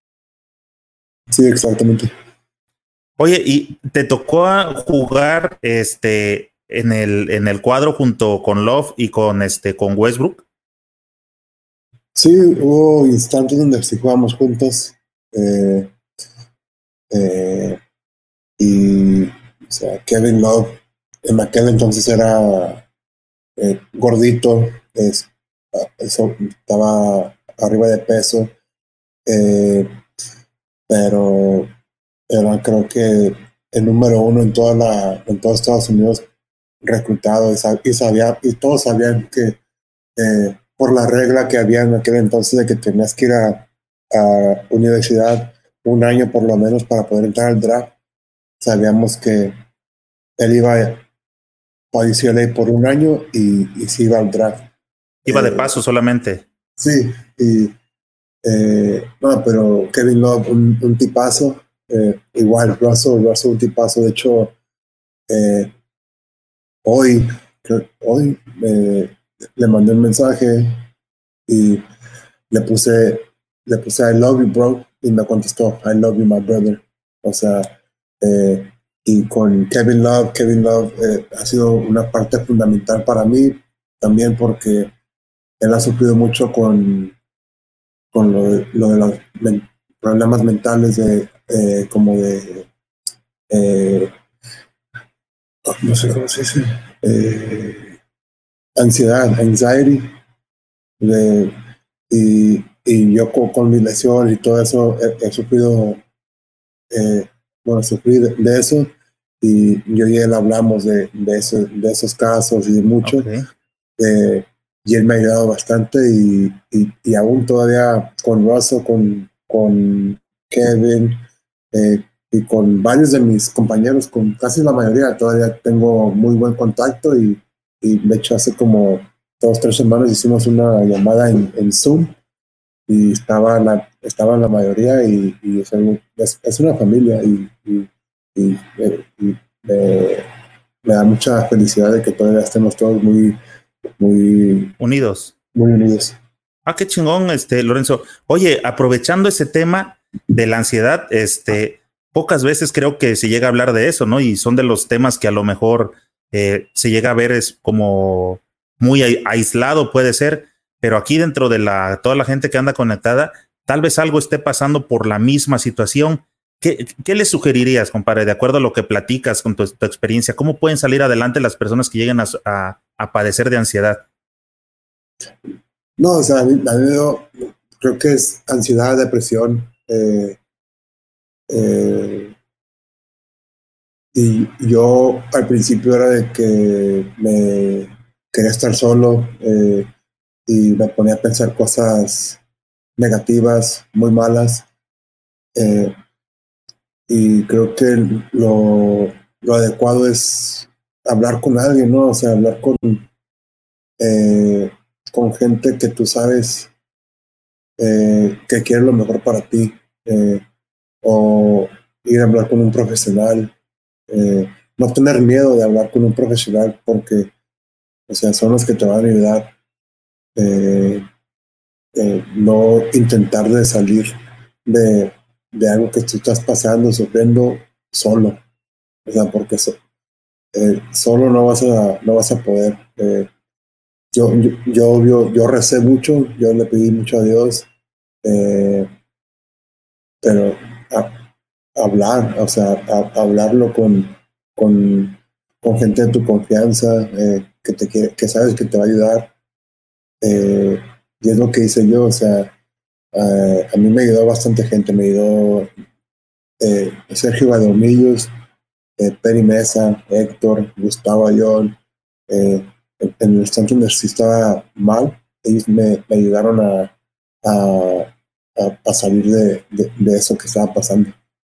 Sí, exactamente. Oye, ¿y te tocó jugar este en el, en el cuadro junto con Love y con este con Westbrook? Sí, hubo instantes donde sí jugamos juntos. Eh, eh, y, o sea, Kevin Love en aquel entonces era eh, gordito, es, eso, estaba arriba de peso, eh, pero era, creo que el número uno en toda la, en todos Estados Unidos reclutado, y, sabía, y todos sabían que eh, por la regla que había en aquel entonces de que tenías que ir a, a universidad un año por lo menos para poder entrar al draft, sabíamos que él iba a U C L A por un año y, y se iba al draft. Iba eh, de paso solamente. Sí, y eh, no, pero Kevin Love, un, un tipazo, eh, igual Russell, Russell, un tipazo. De hecho, eh, hoy, hoy eh, le mandé un mensaje y le puse, le puse I love you, bro, y me contestó I love you, my brother. O sea, eh, y con Kevin Love, Kevin Love eh, ha sido una parte fundamental para mí, también porque él ha sufrido mucho con, con lo, de, lo de los men, problemas mentales, de eh, como de, eh, no sé cómo se dice, eh, ansiedad, anxiety, de, y, y yo con, con mi lesión y todo eso he, he sufrido, eh, bueno, sufrí de, de eso, y yo y él hablamos de, de, eso, de esos casos y de mucho. Okay. Eh, y él me ha ayudado bastante, y, y, y aún todavía con Russell, con, con Kevin, eh, y con varios de mis compañeros, con casi la mayoría, todavía tengo muy buen contacto y, y de hecho hace como dos, tres semanas hicimos una llamada en, en Zoom y estaba la, estaba la mayoría y, y es, es, es una familia y, y, y, y me, me da mucha felicidad de que todavía estemos todos muy, muy unidos. Muy unidos. Ah, qué chingón, este, Lorenzo. Oye, aprovechando ese tema de la ansiedad, este, pocas veces creo que se llega a hablar de eso, ¿no? Y son de los temas que a lo mejor eh, se llega a ver es como muy aislado, puede ser, pero aquí dentro de la, toda la gente que anda conectada, tal vez algo esté pasando por la misma situación. ¿Qué, qué le sugerirías, compadre, de acuerdo a lo que platicas con tu, tu experiencia? ¿Cómo pueden salir adelante las personas que lleguen a, a, a padecer de ansiedad? No, o sea, a mí, a mí yo creo que es ansiedad, depresión. Eh, eh, y yo al principio era de que me quería estar solo eh, y me ponía a pensar cosas negativas, muy malas. Eh, y creo que lo, lo adecuado es hablar con alguien, ¿no? O sea, hablar con, eh, con gente que tú sabes eh, que quiere lo mejor para ti, eh, o ir a hablar con un profesional, eh, no tener miedo de hablar con un profesional porque, o sea, son los que te van a ayudar, eh, eh, no intentar de salir de, de algo que tú estás pasando, sufriendo solo, o sea, porque so, eh, solo no vas a, no vas a poder. Eh, yo, yo, yo, yo, yo recé mucho, yo le pedí mucho a Dios, eh, pero a, hablar, o sea, a, hablarlo con, con, con gente de tu confianza, eh, que, te, que, que sabes que te va a ayudar. Eh, y es lo que hice yo, o sea, eh, a mí me ayudó bastante gente, me ayudó eh, Sergio Valdomillos, eh, Peri Mesa, Héctor, Gustavo Ayón, eh, en, en el instante donde sí estaba mal, ellos me, me ayudaron a, a, a, a salir de, de, de eso que estaba pasando.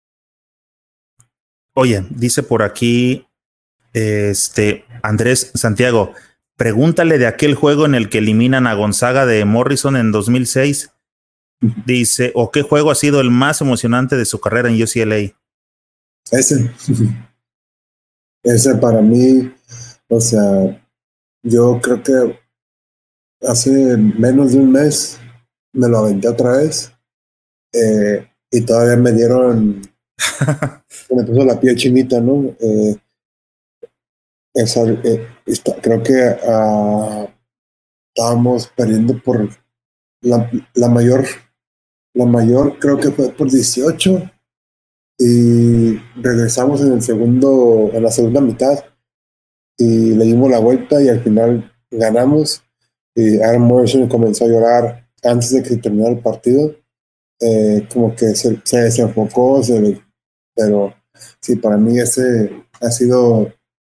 Oye, dice por aquí este Andrés Santiago, pregúntale de aquel juego en el que eliminan a Gonzaga de Morrison en dos mil seis. Dice, ¿o qué juego ha sido el más emocionante de su carrera en U C L A? Ese. Ese para mí, o sea, yo creo que hace menos de un mes me lo aventé otra vez eh, y todavía me dieron, me puso la piel chinita, ¿no? Eh, esa, eh, está, creo que uh, estábamos perdiendo por la, la mayor, la mayor creo que fue por dieciocho y regresamos en el segundo, en la segunda mitad y le dimos la vuelta y al final ganamos y Aaron Morrison comenzó a llorar antes de que terminara el partido, eh, como que se, se desenfocó, se, pero sí, para mí ese ha sido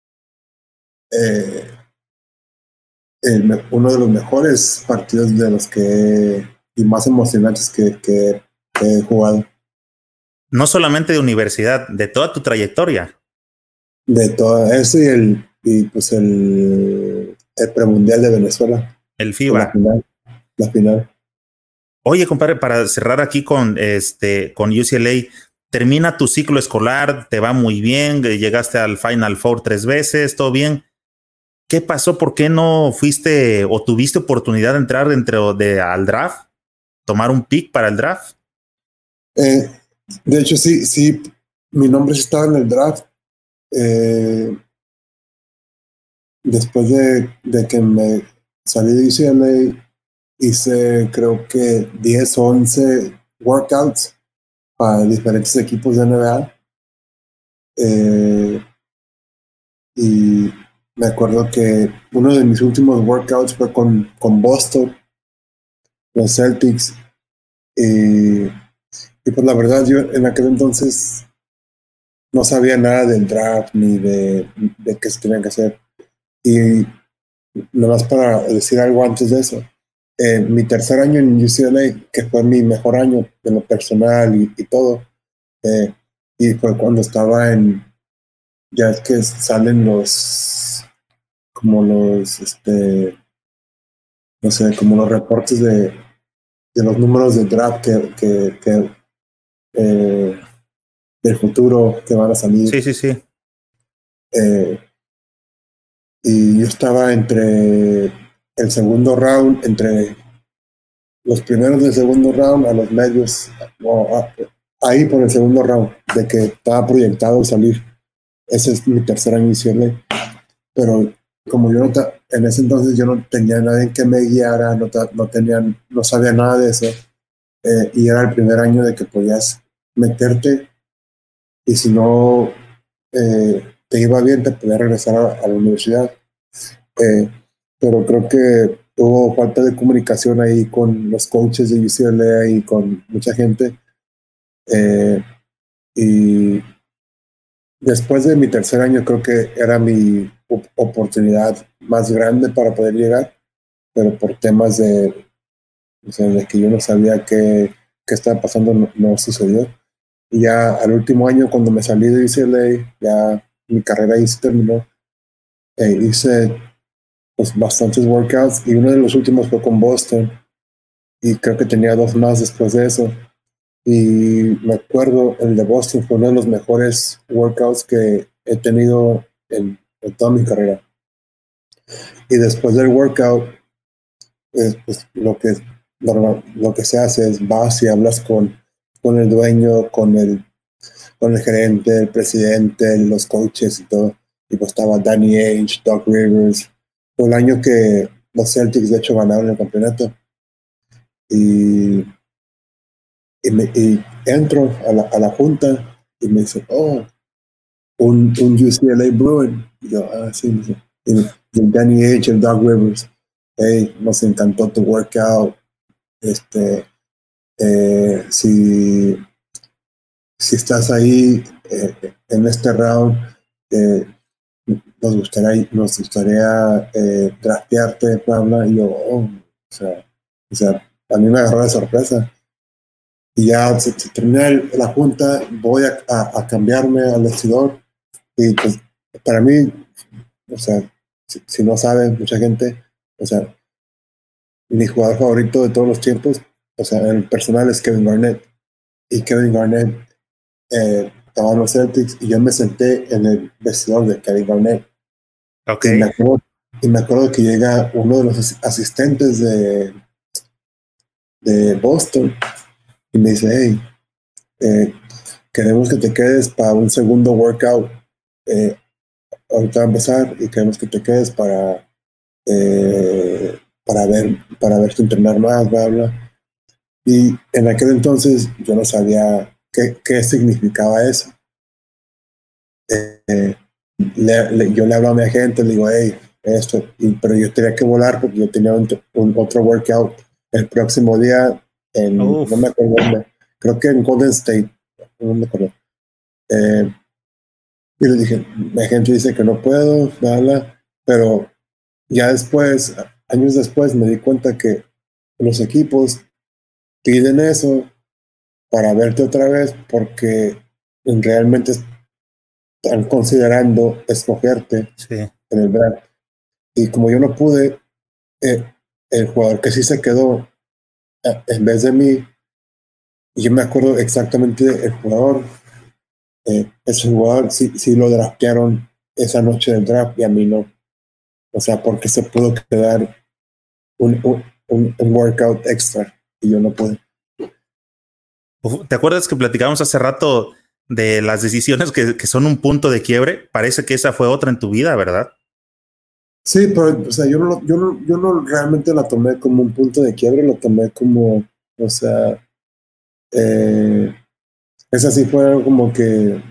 eh, el, uno de los mejores partidos de los que y más emocionantes que, que, que he jugado. No solamente de universidad, de toda tu trayectoria. De todo eso y el y pues el, el premundial de Venezuela. El FIBA. La final, la final. Oye, compadre, para cerrar aquí con este con U C L A, termina tu ciclo escolar, te va muy bien, llegaste al Final Four tres veces, todo bien. ¿Qué pasó? ¿Por qué no fuiste o tuviste oportunidad de entrar dentro de al draft? ¿Tomar un pick para el draft? Eh, de hecho, sí, sí, mi nombre sí estaba en el draft. Eh, después de, de que me salí de U C L A, hice creo que diez o once workouts para diferentes equipos de N B A. Eh, y me acuerdo que uno de mis últimos workouts fue con, con Boston, los Celtics. Y, y pues la verdad, yo en aquel entonces no sabía nada del draft ni de, de qué se tenían que hacer. Y nada más para decir algo antes de eso. Eh, mi tercer año en U C L A, que fue mi mejor año de lo personal y, y todo, eh, y fue cuando estaba en, ya es que salen los, como los, este, no sé, como los reportes de, de los números de draft que, que, que eh, del futuro que van a salir. Sí, sí, sí. Eh, y yo estaba entre el segundo round, entre los primeros del segundo round a los medios, no, a, ahí por el segundo round, de que estaba proyectado salir. Ese es mi tercer año en U C L A. Pero como yo no ta, en ese entonces yo no tenía nadie que me guiara, no, ta, no, tenía, no sabía nada de eso. Eh, y era el primer año de que podías meterte y si no eh, te iba bien, te podías regresar a, a la universidad. Eh, pero creo que hubo falta de comunicación ahí con los coaches de U C L A y con mucha gente. Eh, y después de mi tercer año creo que era mi oportunidad más grande para poder llegar, pero por temas de, o sea, de que yo no sabía qué, qué estaba pasando, no, no sucedió. Y ya al último año, cuando me salí de U C L A, ya mi carrera ahí se terminó. Eh, hice pues, bastantes workouts y uno de los últimos fue con Boston y creo que tenía dos más después de eso. Y me acuerdo, el de Boston fue uno de los mejores workouts que he tenido en, en toda mi carrera. Y después del workout, eh, pues, lo, que, lo, lo que se hace es vas y hablas con, con el dueño, con el, con el gerente, el presidente, los coaches y todo. Y pues estaba Danny Ainge, Doc Rivers. Fue el año que los Celtics de hecho ganaron el campeonato. Y, y, me, y entro a la, a la junta y me dice, oh, un, un U C L A Bruin. Y yo, ah, sí. Y, y Danny Ainge, el Doc Rivers. Hey, nos encantó tu workout. Este, eh, si, si estás ahí eh, en este round, eh, nos gustaría, nos gustaría eh, draftearte, bla, bla. Y yo, oh, o sea, o sea, a mí me agarró de sorpresa. Y ya se, se termina el, la junta, voy a, a, a cambiarme al vestidor. Y pues, para mí, o sea, si, si no saben, mucha gente, o sea, mi jugador favorito de todos los tiempos, o sea, el personal es Kevin Garnett. Y Kevin Garnett eh, estaba en los Celtics y yo me senté en el vestidor de Kevin Garnett. Okay. Y me acuerdo, y me acuerdo que llega uno de los asistentes de, de Boston y me dice, hey, eh, queremos que te quedes para un segundo workout. Eh, ahorita va a empezar y queremos que te quedes para, eh, para ver, para verte entrenar más, bla, bla. Y en aquel entonces yo no sabía qué, qué significaba eso. Eh, le, le, yo le hablo a mi agente, le digo, hey, esto, y, pero yo tenía que volar porque yo tenía un, un otro workout el próximo día en, Uf. no me acuerdo dónde, creo que en Golden State, no me acuerdo. Eh, y le dije, mi agente dice que no puedo, bla, bla, pero ya después, años después, me di cuenta que los equipos piden eso para verte otra vez porque realmente están considerando escogerte sí. en el draft. Y como yo no pude, eh, el jugador que sí se quedó eh, en vez de mí, yo me acuerdo exactamente el jugador, eh, ese jugador sí, sí lo draftearon esa noche del draft y a mí no. O sea, porque se pudo quedar un, un, un, un workout extra y yo no pude. ¿Te acuerdas que platicábamos hace rato de las decisiones que, que son un punto de quiebre? Parece que esa fue otra en tu vida, ¿verdad? Sí, pero o sea, yo no, yo, no, yo no realmente la tomé como un punto de quiebre, lo tomé como, o sea, eh, esa sí fue como que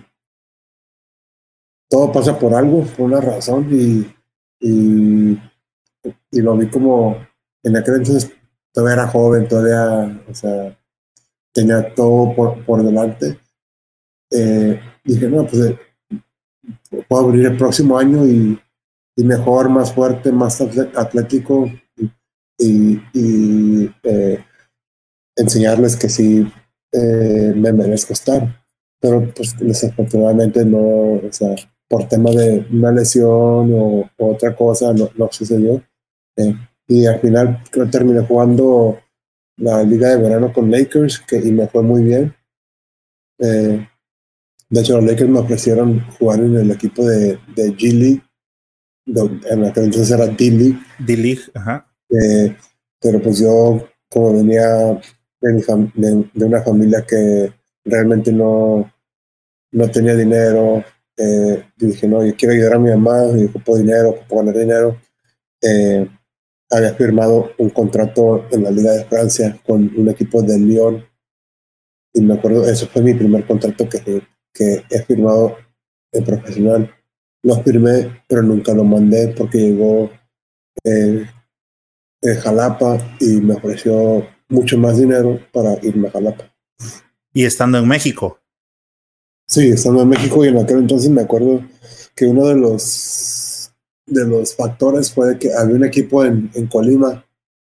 todo pasa por algo, por una razón, y, y, y lo vi como, en aquel entonces todavía era joven, todavía, o sea, tenía todo por, por delante. Eh, dije, no, pues eh, puedo abrir el próximo año y, y mejor, más fuerte, más atlético y, y, y eh, enseñarles que sí eh, me merezco estar. pero pues desafortunadamente no, o sea, por tema de una lesión o, o otra cosa no, no sucedió. Eh, y al final creo que terminé jugando la liga de verano con Lakers que, y me fue muy bien. Eh, de hecho, los Lakers me ofrecieron jugar en el equipo de, de G League, de, en la que entonces era D-League. D-League, ajá. Eh, pero pues yo, como venía de, mi fam- de, de una familia que realmente no, no tenía dinero, eh, dije, no, yo quiero ayudar a mi mamá, y ocupo dinero, ocupo ganar dinero. Eh, había firmado un contrato en la Liga de Francia con un equipo de Lyon, y me acuerdo, eso fue mi primer contrato que, que he firmado en profesional. Lo firmé, pero nunca lo mandé porque llegó eh, eh, Jalapa y me ofreció mucho más dinero para irme a Jalapa. Y estando en México. Sí, estando en México, y en aquel entonces me acuerdo que uno de los de los factores fue que había un equipo en, en Colima.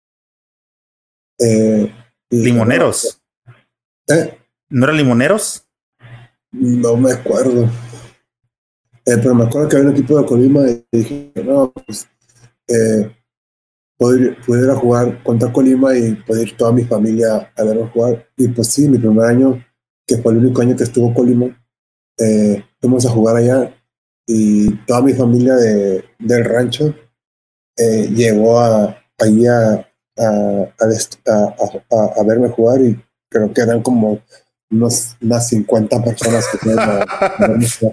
Eh, y dije, no, Limoneros. eh, ¿No eran Limoneros? no me acuerdo. Eh, pero me acuerdo que había un equipo de Colima y dije, no, pues eh, poder, pudiera jugar contra Colima y poder ir toda mi familia a verlo jugar. Y pues sí, mi primer año, que fue el único año que estuvo Colima, eh, fuimos a jugar allá y toda mi familia de, del rancho eh, llegó a, ahí a, a, a, a, a, a verme jugar, y creo que eran como unos, unas cincuenta personas que fueron a, a verme jugar.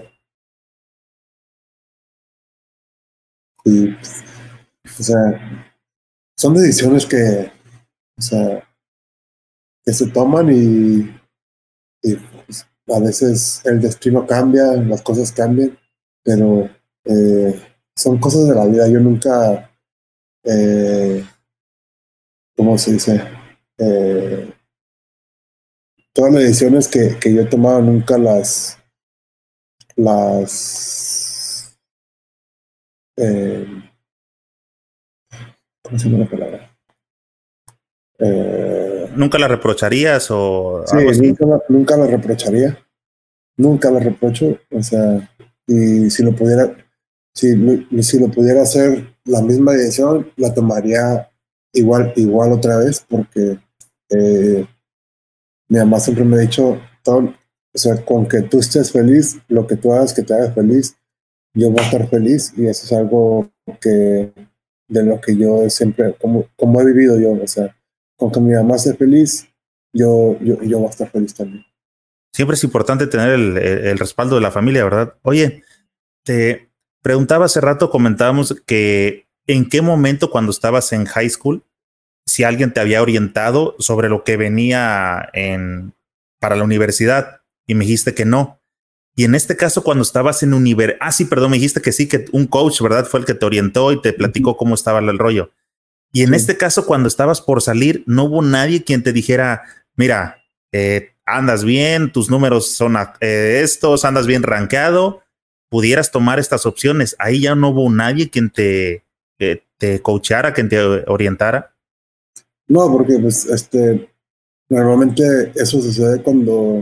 Y, o sea, son decisiones que, o sea, que se toman y, y pues, a veces el destino cambia, las cosas cambian, pero eh, son cosas de la vida. Yo nunca, eh, ¿cómo se dice? Eh, todas las decisiones que, que yo he tomado nunca las, las, eh, ¿cómo se llama la palabra? Eh, ¿Nunca la reprocharías o sí, algo así? nunca, nunca la reprocharía, nunca la reprocho, o sea, y si lo pudiera, si, lo- si lo pudiera hacer la misma decisión, la tomaría igual, igual otra vez, porque eh, mi mamá siempre me ha dicho, todo, o sea, con que tú estés feliz, lo que tú hagas que te haga feliz, yo voy a estar feliz, y eso es algo que de lo que yo siempre, como, como he vivido yo, o sea, con que mi mamá esté feliz, yo, yo, yo voy a estar feliz también. Siempre es importante tener el, el, el respaldo de la familia, ¿verdad? Oye, te preguntaba hace rato, comentábamos que en qué momento cuando estabas en high school, si alguien te había orientado sobre lo que venía en, para la universidad, y me dijiste que no. Y en este caso, cuando estabas en universidad, ah, sí, perdón, me dijiste que sí, que un coach, ¿verdad? Fue el que te orientó y te platicó cómo estaba el rollo. Y en Sí. este caso, cuando estabas por salir, no hubo nadie quien te dijera, mira, eh, andas bien, tus números son eh, estos, andas bien rankeado, pudieras tomar estas opciones. Ahí ya no hubo nadie quien te, eh, te coachara, quien te orientara. No, porque pues este, normalmente eso sucede cuando,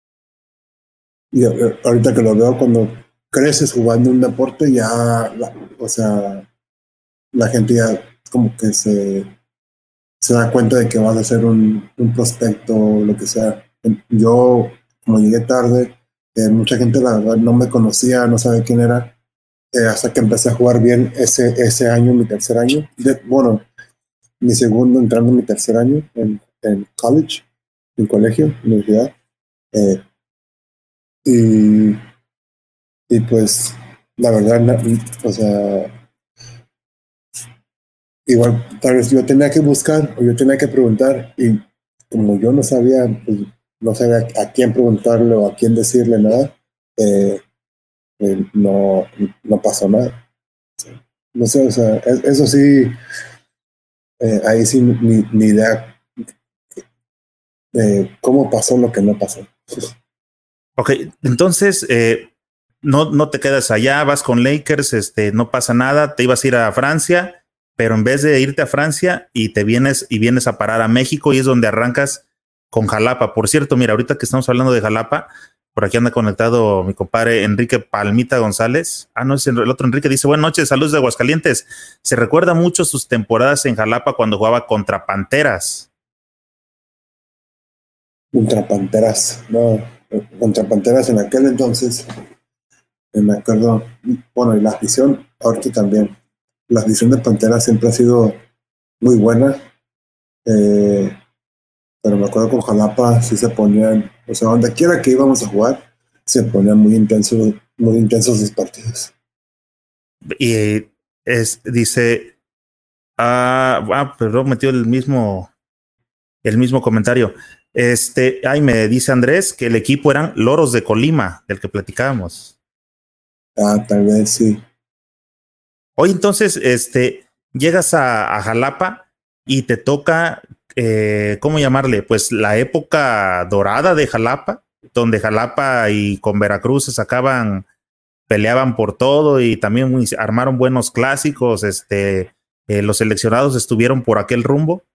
y eh, ahorita que lo veo, cuando creces jugando un deporte, ya, la- o sea, la gente ya como que se, se da cuenta de que vas a ser un, un prospecto o lo que sea. Yo, como llegué tarde, eh, mucha gente la verdad no me conocía, no sabía quién era, eh, hasta que empecé a jugar bien ese, ese año, mi tercer año. De, bueno, mi segundo entrando en mi tercer año en, en college, en colegio, universidad. Eh, y, y pues, la verdad, na- o sea, igual tal vez yo tenía que buscar o yo tenía que preguntar, y como yo no sabía, pues, no sabía a quién preguntarle o a quién decirle nada, eh, eh, no, no pasó nada. No sé, o sea, es- eso sí, eh, ahí sí ni, ni idea de cómo pasó lo que no pasó. Ok, entonces eh, no, no te quedas allá, vas con Lakers, este, no pasa nada, te ibas a ir a Francia, pero en vez de irte a Francia y te vienes y vienes a parar a México, y es donde arrancas con Jalapa. Por cierto, mira, ahorita que estamos hablando de Jalapa, Por aquí anda conectado mi compadre Enrique Palmita González. Ah, no, es el otro Enrique. Dice, buenas noches, saludos de Aguascalientes. Se recuerda mucho sus temporadas en Jalapa cuando jugaba contra Panteras. Contra Panteras, no, contra Panteras en aquel entonces, me acuerdo, bueno, y la afición, ahorita también, la afición de Panteras siempre ha sido muy buena, eh, pero me acuerdo con Jalapa sí se ponían, o sea, donde quiera que íbamos a jugar, se ponían muy intensos, muy intensos los partidos. Y es, dice, ah, ah, perdón, metió el mismo, el mismo comentario. Este, ay, me dice Andrés que el equipo eran Loros de Colima, del que platicábamos. Ah, tal vez sí. Hoy entonces, este, llegas a, a Jalapa y te toca, eh, ¿cómo llamarle? Pues la época dorada de Jalapa, donde Jalapa y con Veracruz se sacaban, peleaban por todo y también armaron buenos clásicos. Este, eh, los seleccionados estuvieron por aquel rumbo.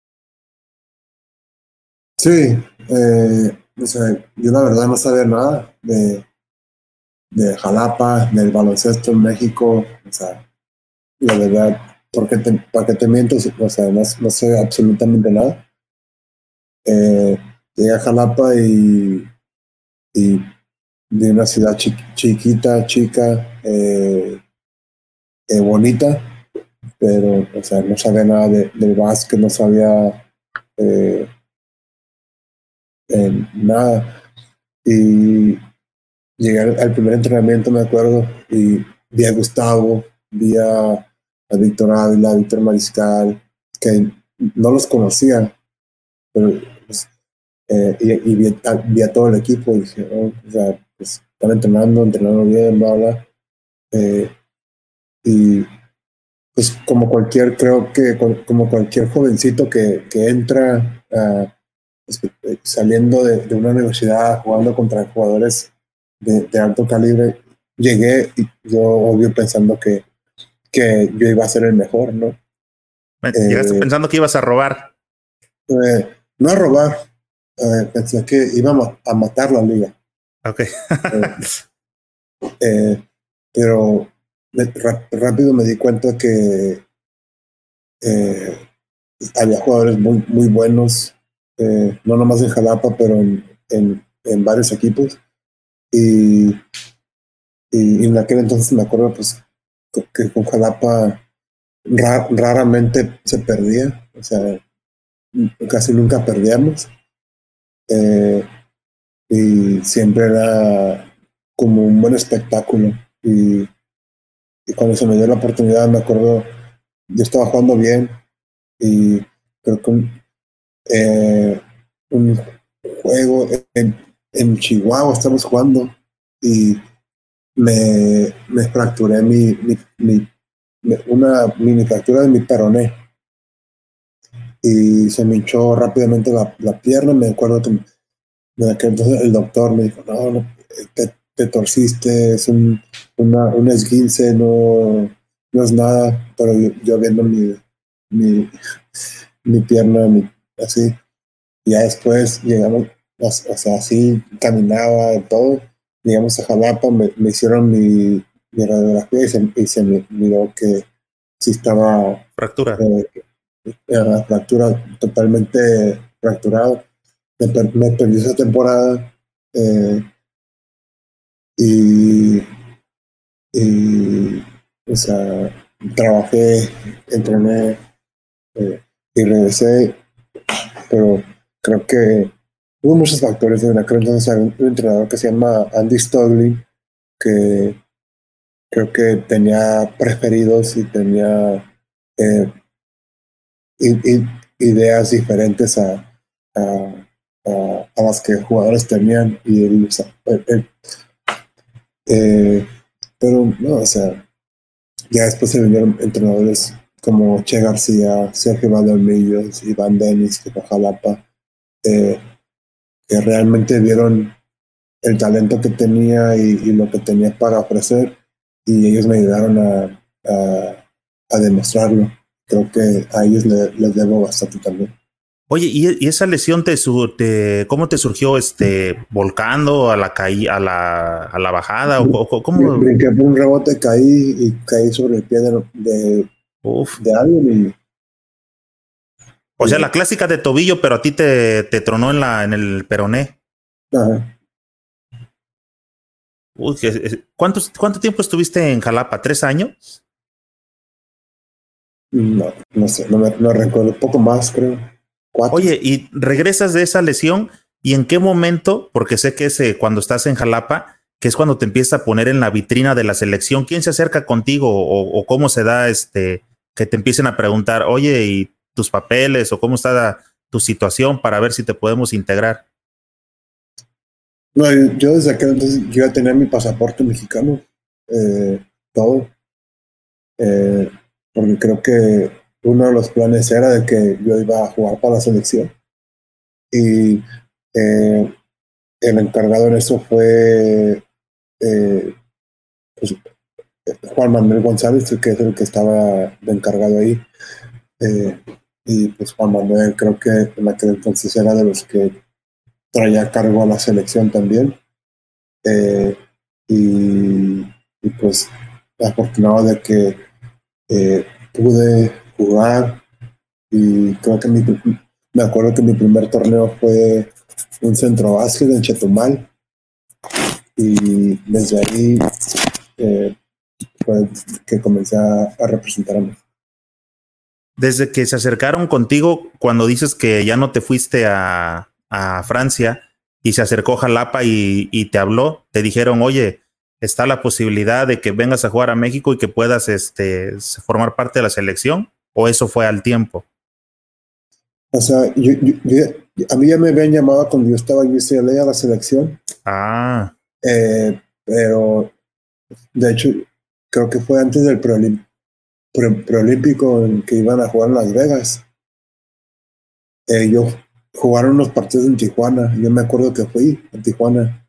Sí, eh, o sea, yo la verdad no sabía nada de, de Jalapa, del baloncesto en México, o sea, la verdad, ¿por qué te, ¿para qué te miento? O sea, no, no sé absolutamente nada. Eh, llegué a Jalapa y, y de una ciudad chi, chiquita, chica, eh, eh, bonita, pero, o sea, no sabía nada de, del básquet, no sabía eh, eh, nada. Y llegué al, al primer entrenamiento, me acuerdo, y vi a Gustavo, vi a, a Víctor Ávila, a Víctor Mariscal, que no los conocía, pero pues, eh, y, y vi, a, vi, a, todo el equipo y dije, oh, o sea, pues, están entrenando, entrenando bien, bla, bla. Eh, y pues como cualquier, creo que como cualquier jovencito que, que entra uh, saliendo de, de una universidad, jugando contra jugadores de, de alto calibre, llegué y yo obvio pensando que, que yo iba a ser el mejor, ¿no? Llegaste eh, pensando que ibas a robar. Eh, no a robar, eh, pensé que íbamos a matar la liga. Ok. eh, eh, pero rápido me di cuenta que eh, había jugadores muy, muy buenos, eh, no nomás en Jalapa, pero en, en, en varios equipos. Y, y, y en aquel entonces me acuerdo pues, que con Jalapa ra raramente se perdía, o sea, casi nunca perdíamos. Eh, y siempre era como un buen espectáculo. Y, y cuando se me dio la oportunidad, me acuerdo, yo estaba jugando bien y creo que un, eh, un juego en, en Chihuahua estamos jugando y me, me fracturé mi, mi, mi, una mini fractura de mi peroné y se me hinchó rápidamente la, la pierna. Me acuerdo que me, que entonces el doctor me dijo, no, no te, te torciste, es un, una, un esguince, no, no es nada, pero yo, yo viendo mi, mi, mi pierna, mi, así, y ya después llegamos, o sea, así caminaba y todo, llegamos a Jalapa, me, me hicieron mi, mi radiografía y se, y se me miró que sí estaba Fractura. Eh, la fractura totalmente fracturado. Me, per, me perdí esa temporada eh, y, y o sea, trabajé, entrené eh, y regresé, pero creo que hubo muchos factores. En aquel entonces había un, un entrenador que se llama Andy Stogli, que creo que tenía preferidos y tenía eh, i, i, ideas diferentes a, a, a, a, las que jugadores tenían. Y él, él, él, eh, pero no, o sea, ya después se vinieron entrenadores como Che García, Sergio Valdomillos, Iván Denis, que fue a Jalapa, eh, que realmente vieron el talento que tenía y, y lo que tenía para ofrecer, y ellos me ayudaron a, a, a demostrarlo. Creo que a ellos le, les debo bastante también. Oye, ¿y, y esa lesión te, su, te cómo te surgió? Este, ¿volcando a la caí, a la, a la bajada? ¿O, o cómo? Brinqué por un rebote, caí y caí sobre el pie de, de, Uf. de alguien O y, sea, y la clásica de tobillo, pero a ti te, te tronó en la, en el peroné. ajá. Uy, que- ¿cuántos, ¿cuánto tiempo estuviste en Jalapa? ¿Tres años? No, no sé, no me no recuerdo, poco más creo, cuatro. Oye, y regresas de esa lesión y en qué momento, porque sé que es eh, cuando estás en Jalapa, que es cuando te empieza a poner en la vitrina de la selección, ¿quién se acerca contigo o, o cómo se da este que te empiecen a preguntar, oye, y tus papeles o cómo está tu situación para ver si te podemos integrar? No, yo, yo desde aquel entonces yo ya tenía mi pasaporte mexicano, eh, todo, eh, porque creo que uno de los planes era de que yo iba a jugar para la selección y eh, el encargado en eso fue eh, pues, Juan Manuel González, que es el que estaba de encargado ahí. Eh, y pues Juan Manuel creo que en aquel entonces era de los que traía a cargo a la selección también. Eh, y, y pues afortunado de que eh, pude jugar y creo que mi, me acuerdo que mi primer torneo fue un centro básquet en Chetumal y desde ahí eh, fue que comencé a, a representarme. Desde que se acercaron contigo, cuando dices que ya no te fuiste a, a Francia y se acercó Jalapa y, y te habló, te dijeron, oye, está la posibilidad de que vengas a jugar a México y que puedas este, formar parte de la selección, o eso fue al tiempo. O sea, yo, yo, yo, a mí ya me habían llamado cuando yo estaba en U C L A a la selección, Ah, eh, pero de hecho creo que fue antes del preolim, pre, preolímpico en que iban a jugar en Las Vegas. Eh, yo jugaron unos partidos en Tijuana, yo me acuerdo que fui a Tijuana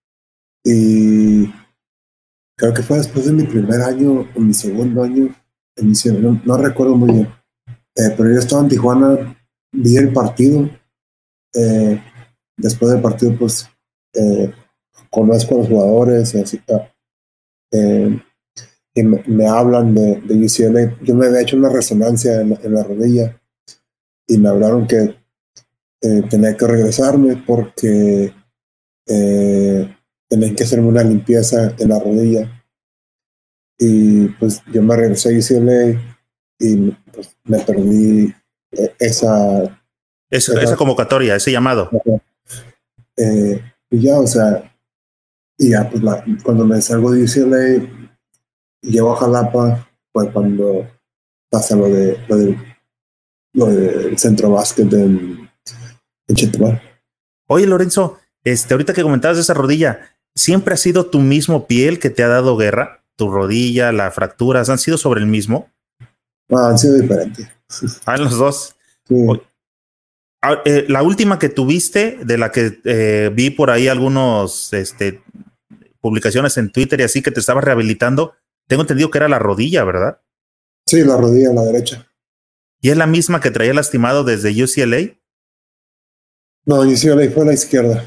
y creo que fue después de mi primer año o mi segundo año en U C L A, no, no recuerdo muy bien, eh, pero yo estaba en Tijuana, vi el partido. Eh, después del partido, pues eh, conozco a los jugadores y así, eh, y me, me hablan de, de U C L A. Yo me había hecho una resonancia en, en la rodilla y me hablaron que eh, tenía que regresarme porque eh, tenían que hacerme una limpieza en la rodilla. Y pues yo me regresé a U C L A y pues, me perdí eh, esa, esa, esa, esa convocatoria, ese llamado. eh, y ya, o sea, y ya, pues la, cuando me salgo de U C L A, llego a Jalapa, fue cuando pasa lo de lo del lo del centro básquet en, en Chetumal. Oye, Lorenzo, este, ahorita que comentabas de esa rodilla, ¿siempre ha sido tu mismo piel que te ha dado guerra? ¿Tu rodilla, las fracturas, han sido sobre el mismo? Ah, han sido diferentes. Ah, los dos. Sí. Oye, ah, eh, la última que tuviste, de la que eh, vi por ahí algunos este, publicaciones en Twitter y así que te estabas rehabilitando, tengo entendido que era la rodilla, ¿verdad? Sí, la rodilla, la derecha. ¿Y es la misma que traía lastimado desde U C L A? No, U C L A fue la izquierda.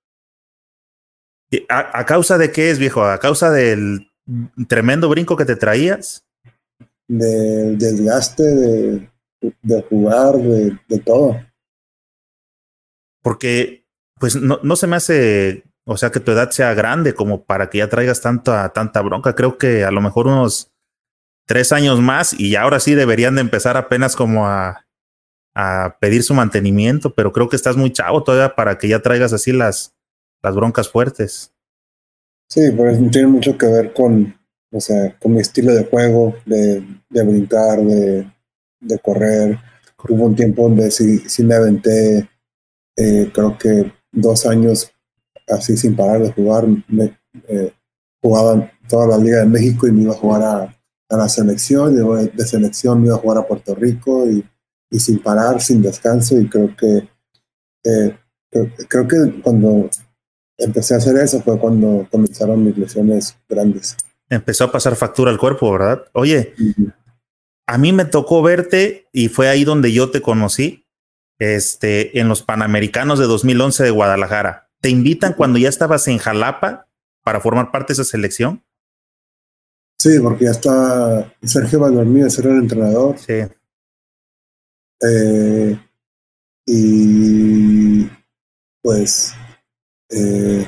¿A, a causa de qué es, viejo? ¿A causa del tremendo brinco que te traías? Del desgaste, de, de jugar, de, de todo. Porque, pues, no, no se me hace, o sea, que tu edad sea grande como para que ya traigas tanta, tanta bronca. Creo que a lo mejor unos tres años más y ahora sí deberían de empezar apenas como a, a pedir su mantenimiento, pero creo que estás muy chavo todavía para que ya traigas así las, las broncas fuertes. Sí, pues tiene mucho que ver con, o sea, con mi estilo de juego, de, de brincar, de, de correr. Hubo un tiempo donde sí, sí me aventé, eh, creo que dos años así sin parar de jugar. Me, eh, jugaba toda la Liga de México y me iba a jugar a, a la selección, y de selección me iba a jugar a Puerto Rico y, y sin parar, sin descanso. Y creo que, eh, creo, creo que cuando empecé a hacer eso fue cuando comenzaron mis lesiones grandes. Empezó a pasar factura al cuerpo, ¿verdad? Oye, Uh-huh. a mí me tocó verte y fue ahí donde yo te conocí. este, en los Panamericanos de dos mil once de Guadalajara. ¿Te invitan cuando ya estabas en Jalapa para formar parte de esa selección? Sí, porque ya está Sergio Valdomídez, era el entrenador. Sí. Eh, y pues, eh,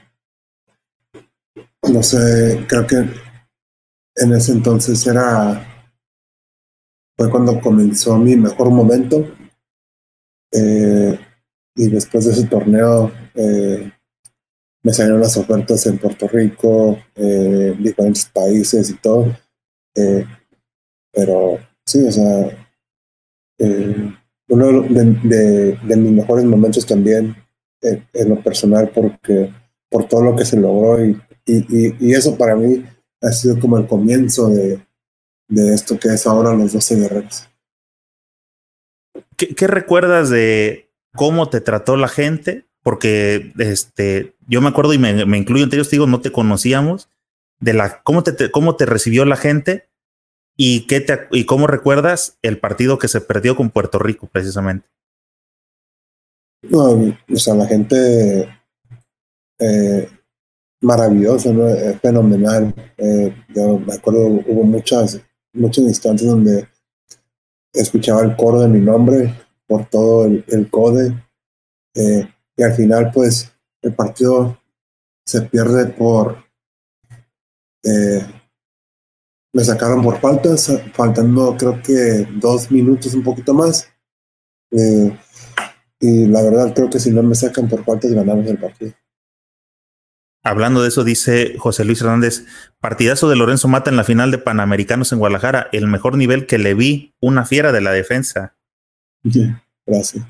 no sé, creo que en ese entonces era, fue cuando comenzó mi mejor momento. Eh, y después de ese torneo eh, me salieron las ofertas en Puerto Rico, eh, diferentes países y todo. Eh, pero sí, o sea, eh, uno de, de, de mis mejores momentos también eh, en lo personal, porque por todo lo que se logró y, y, y, y eso para mí ha sido como el comienzo de, de esto que es ahora los doce Guerreros. ¿Qué, qué recuerdas de cómo te trató la gente? Porque este, yo me acuerdo y me, me incluyo entre ellos, digo, no te conocíamos, de la cómo te, te, cómo te recibió la gente y, qué te, y cómo recuerdas el partido que se perdió con Puerto Rico, precisamente. No, o sea, la gente eh, maravillosa, ¿no? Es fenomenal. Eh, yo me acuerdo, hubo muchas, muchos instantes donde escuchaba el coro de mi nombre por todo el, el code. Eh, y al final, pues, el partido se pierde por... Eh, me sacaron por faltas, faltando creo que dos minutos, un poquito más. Eh, y la verdad, creo que si no me sacan por faltas, ganamos el partido. Hablando de eso, dice José Luis Hernández, partidazo de Lorenzo Mata en la final de Panamericanos en Guadalajara, el mejor nivel que le vi, una fiera de la defensa. Gracias.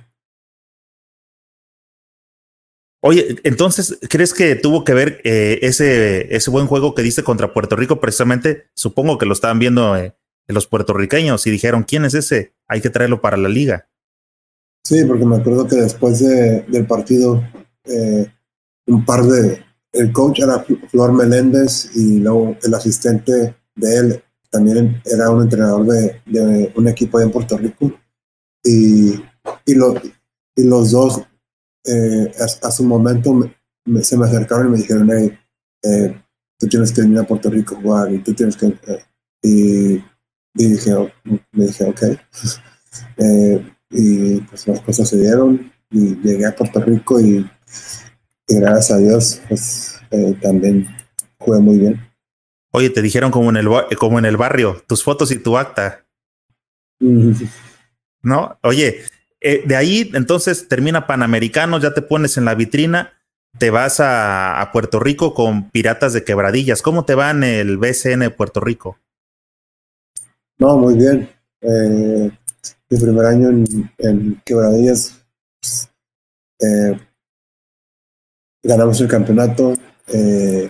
Oye, entonces, ¿crees que tuvo que ver eh, ese, ese buen juego que diste contra Puerto Rico? Precisamente, supongo que lo estaban viendo eh, los puertorriqueños y dijeron, ¿quién es ese? Hay que traerlo para la liga. Sí, porque me acuerdo que después de, del partido, eh, un par de... El coach era Flor Meléndez y luego el asistente de él también era un entrenador de, de un equipo en Puerto Rico. Y, y, lo, y los dos eh, a, a su momento me, me, se me acercaron y me dijeron, hey, eh, tú tienes que venir a Puerto Rico a jugar y tú tienes que... Eh, y, y dije, oh, me dije, ok. eh, y pues las cosas se dieron y llegué a Puerto Rico y, y gracias a Dios pues eh, también jugué muy bien. Oye, te dijeron como en el, como en el barrio, tus fotos y tu acta. Mm. ¿No? Oye, eh, de ahí entonces termina Panamericanos, ya te pones en la vitrina, te vas a, a Puerto Rico con Piratas de Quebradillas. ¿Cómo te va en el B C N de Puerto Rico? No, muy bien. Eh, mi primer año en, en Quebradillas, pues, eh, ganamos el campeonato. Eh,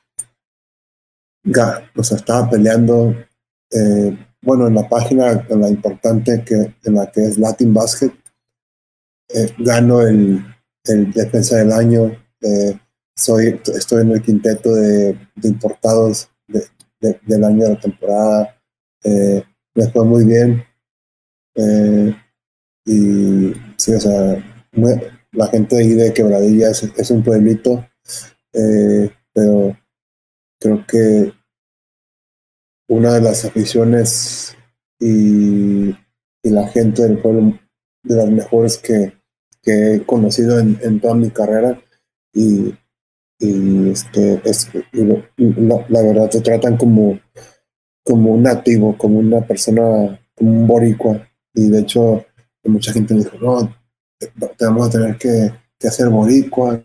ga, o sea, estaba peleando, eh, bueno, en la página, en la importante, que, en la que es Latin Basket, eh, gano el, el defensa del año. Eh, soy, estoy en el quinteto de, de importados de, de, del año de la temporada. Eh, me fue muy bien. Eh, y sí, o sea, muy, la gente ahí de Quebradilla es, es un pueblito, eh, pero creo que una de las aficiones y, y la gente del pueblo de las mejores que, que he conocido en, en toda mi carrera. Y, y este, es, y lo, la, la verdad te tratan como, como un nativo, como una persona, como un boricua. Y de hecho, mucha gente me dijo, no, te, te vamos a tener que, que hacer boricua.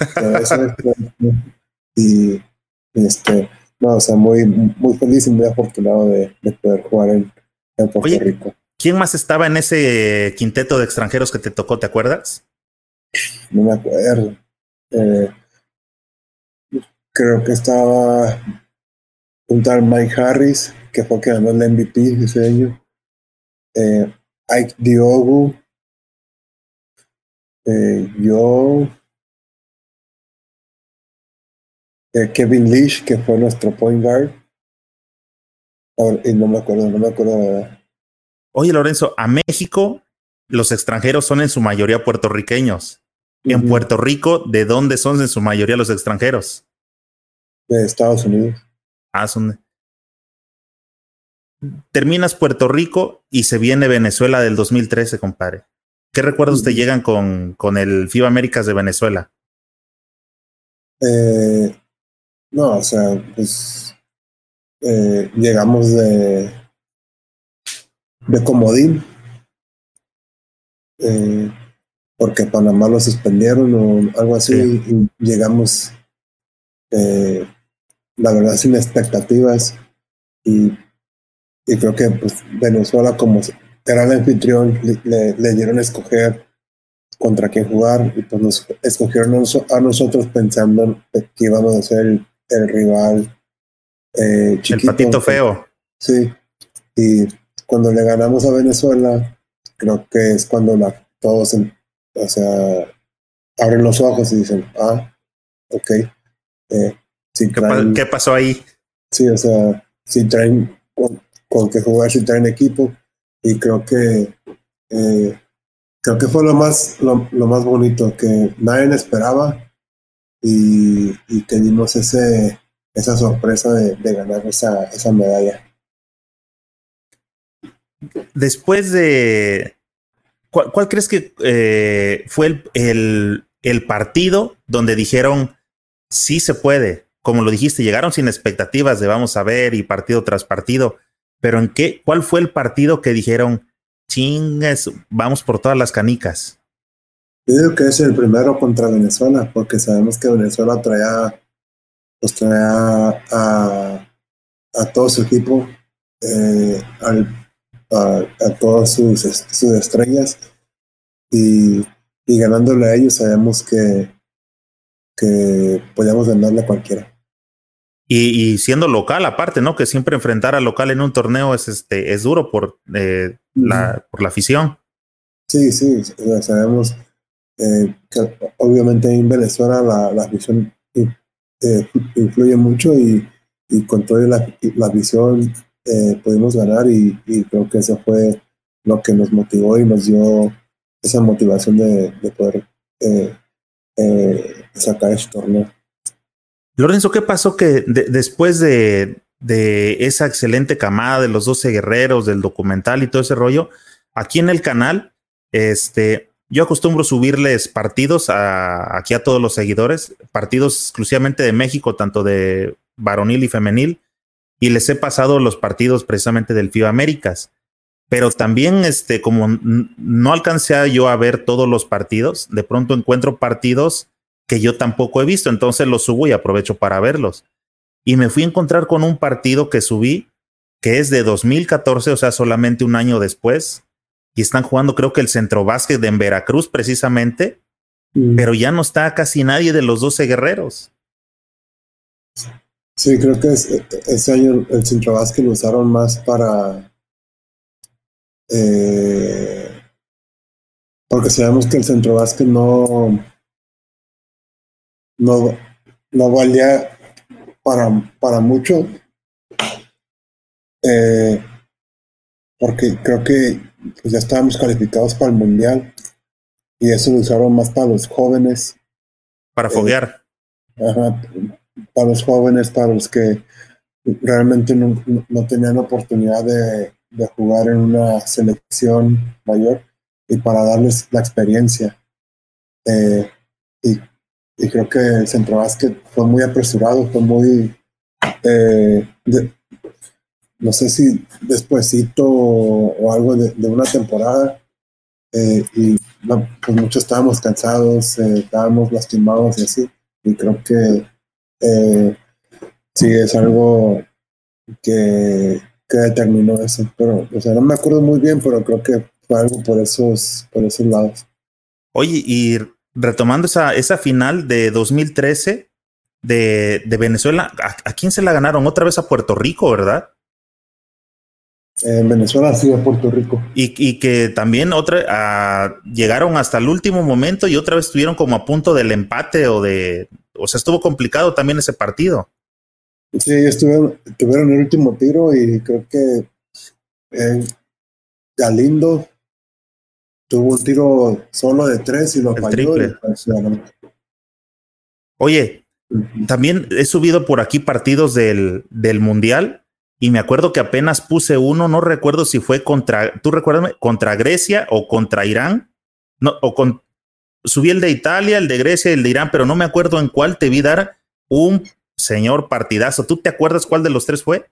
y, y este, no, o sea, muy, muy feliz y muy afortunado de, de poder jugar en, en Puerto Oye, Rico. ¿quién más estaba en ese quinteto de extranjeros que te tocó? ¿Te acuerdas? No me acuerdo. Eh, creo que estaba un tal Mike Harris, que fue que ganó el M V P ese año. Eh, Ike Diogu. Eh, yo. Eh, Kevin Leash, que fue nuestro point guard. Ahora, y no me acuerdo, no me acuerdo de verdad. Oye, Lorenzo, a México los extranjeros son en su mayoría puertorriqueños. Uh-huh. En Puerto Rico, ¿de dónde son en su mayoría los extranjeros? De Estados Unidos. Ah, son... Terminas Puerto Rico y se viene Venezuela del dos mil trece, compadre. ¿Qué recuerdos uh-huh. te llegan con, con el FIBA Américas de Venezuela? Eh, no, o sea, pues eh, llegamos de, de comodín, eh, porque Panamá lo suspendieron o algo así, sí. Y llegamos, eh, la verdad, sin expectativas, y, y creo que pues, Venezuela, como era el anfitrión, le, le, le dieron a escoger contra quién jugar, y pues nos escogieron a nosotros pensando que íbamos a ser el, el rival eh, chiquito. El patito feo. Sí, y cuando le ganamos a Venezuela, creo que es cuando la, todos, o sea, abren los ojos y dicen, ah, ok. Eh, si ¿Qué, traen, ¿Qué pasó ahí? Sí, o sea, si traen con, con qué jugar, si traen equipo, y creo que eh, creo que fue lo más lo, lo más bonito, que nadie esperaba, y, y que dimos ese esa sorpresa de, de ganar esa, esa medalla. Después de... ¿Cuál, cuál crees que eh, fue el, el, el partido donde dijeron sí se puede? Como lo dijiste, llegaron sin expectativas de vamos a ver y partido tras partido, pero ¿en qué? ¿Cuál fue el partido que dijeron chingas, vamos por todas las canicas? Yo digo que es el primero contra Venezuela, porque sabemos que Venezuela traía, pues traía a, a todo su equipo, eh, al, a, a todas sus, sus estrellas, y, y ganándole a ellos sabemos que, que podíamos ganarle a cualquiera. Y, y siendo local, aparte, ¿no? Que siempre enfrentar a local en un torneo es, este, es duro por, eh, uh-huh. la, por la afición. Sí, sí, sabemos eh, que obviamente en Venezuela la, la afición eh, influye mucho, y, y con toda la, la afición eh, pudimos ganar, y, y creo que eso fue lo que nos motivó y nos dio esa motivación de, de poder eh, eh, sacar ese torneo. Lorenzo, ¿qué pasó que de, después de, de esa excelente camada de los doce guerreros, del documental y todo ese rollo, aquí en el canal, este, yo acostumbro subirles partidos a, aquí a todos los seguidores, partidos exclusivamente de México, tanto de varonil y femenil, y les he pasado los partidos precisamente del FIBA Américas. Pero también, este, como n- no alcancé a yo a ver todos los partidos, de pronto encuentro partidos que yo tampoco he visto, entonces los subo y aprovecho para verlos. Y me fui a encontrar con un partido que subí, que es de dos mil catorce, o sea, solamente un año después, y están jugando creo que el Centro Básquet en Veracruz precisamente, mm. pero ya no está casi nadie de los doce guerreros. Sí, creo que es, ese año el Centro Básquet lo usaron más para... Eh, porque sabemos que el Centro Básquet no... No, no valía para, para mucho, eh, porque creo que pues, ya estábamos calificados para el Mundial, y eso lo usaron más para los jóvenes. Para foguear. Eh, ajá, para los jóvenes, para los que realmente no, no tenían oportunidad de, de jugar en una selección mayor, y para darles la experiencia. Eh, y Y creo que el Centro Básquet fue muy apresurado, fue muy, eh, de, no sé si despuesito o, o algo de, de una temporada, eh, y no, pues muchos estábamos cansados, eh, estábamos lastimados y así, y creo que eh, sí es algo que, que determinó eso, pero o sea, no me acuerdo muy bien, pero creo que fue algo por esos, por esos lados. Oye, y retomando esa, esa final de dos mil trece de, de Venezuela, ¿a, ¿a quién se la ganaron? Otra vez a Puerto Rico, ¿verdad? En eh, Venezuela sí, a Puerto Rico. Y, y que también otra uh, llegaron hasta el último momento y otra vez estuvieron como a punto del empate o de... O sea, estuvo complicado también ese partido. Sí, estuvieron, tuvieron el último tiro, y creo que eh, Galindo tuvo un tiro solo de tres y lo El falló. triple. Y, Oye, uh-huh. también he subido por aquí partidos del, del Mundial y me acuerdo que apenas puse uno, no recuerdo si fue contra, ¿tú recuerdas? Contra Grecia o contra Irán. No, o con, subí el de Italia, el de Grecia y el de Irán, pero no me acuerdo en cuál te vi dar un señor partidazo. ¿Tú te acuerdas cuál de los tres fue?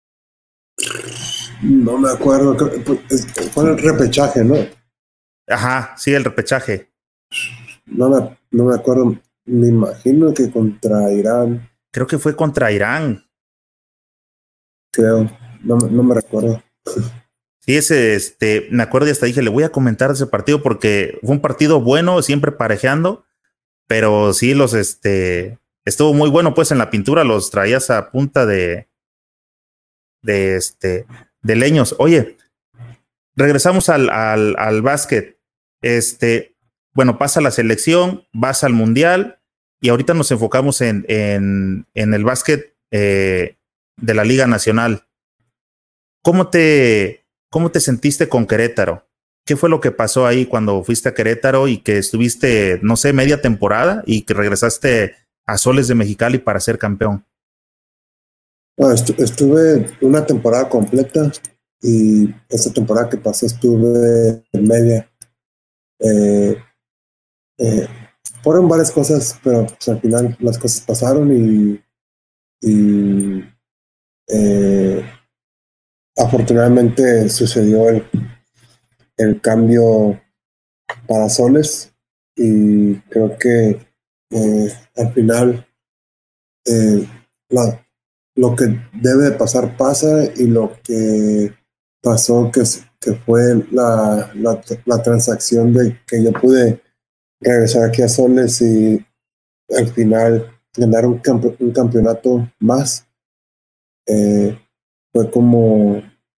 No me acuerdo, fue el repechaje, ¿no? Ajá, sí, el repechaje. No me, no me acuerdo, me imagino que contra Irán. Creo que fue contra Irán. Creo, no, no me recuerdo. Sí, ese, este, me acuerdo y hasta dije, le voy a comentar ese partido porque fue un partido bueno, siempre parejeando, pero sí los, este, estuvo muy bueno, pues en la pintura los traías a punta de, de, este, de leños. Oye, regresamos al, al, al básquet. Este, bueno, pasa la selección, vas al mundial y ahorita nos enfocamos en, en, en el básquet eh, de la Liga Nacional. ¿Cómo te, cómo te sentiste con Querétaro? ¿Qué fue lo que pasó ahí cuando fuiste a Querétaro y que estuviste, no sé, media temporada y que regresaste a Soles de Mexicali para ser campeón? No, estu- estuve una temporada completa y esa temporada que pasó estuve en media. Eh, eh, fueron varias cosas, pero pues, al final las cosas pasaron y, y eh, afortunadamente sucedió el, el cambio para Soles y creo que eh, al final eh, la, lo que debe de pasar pasa y lo que pasó que, que fue la, la, la transacción de que yo pude regresar aquí a Soles y al final ganar un, campe, un campeonato más eh, fue como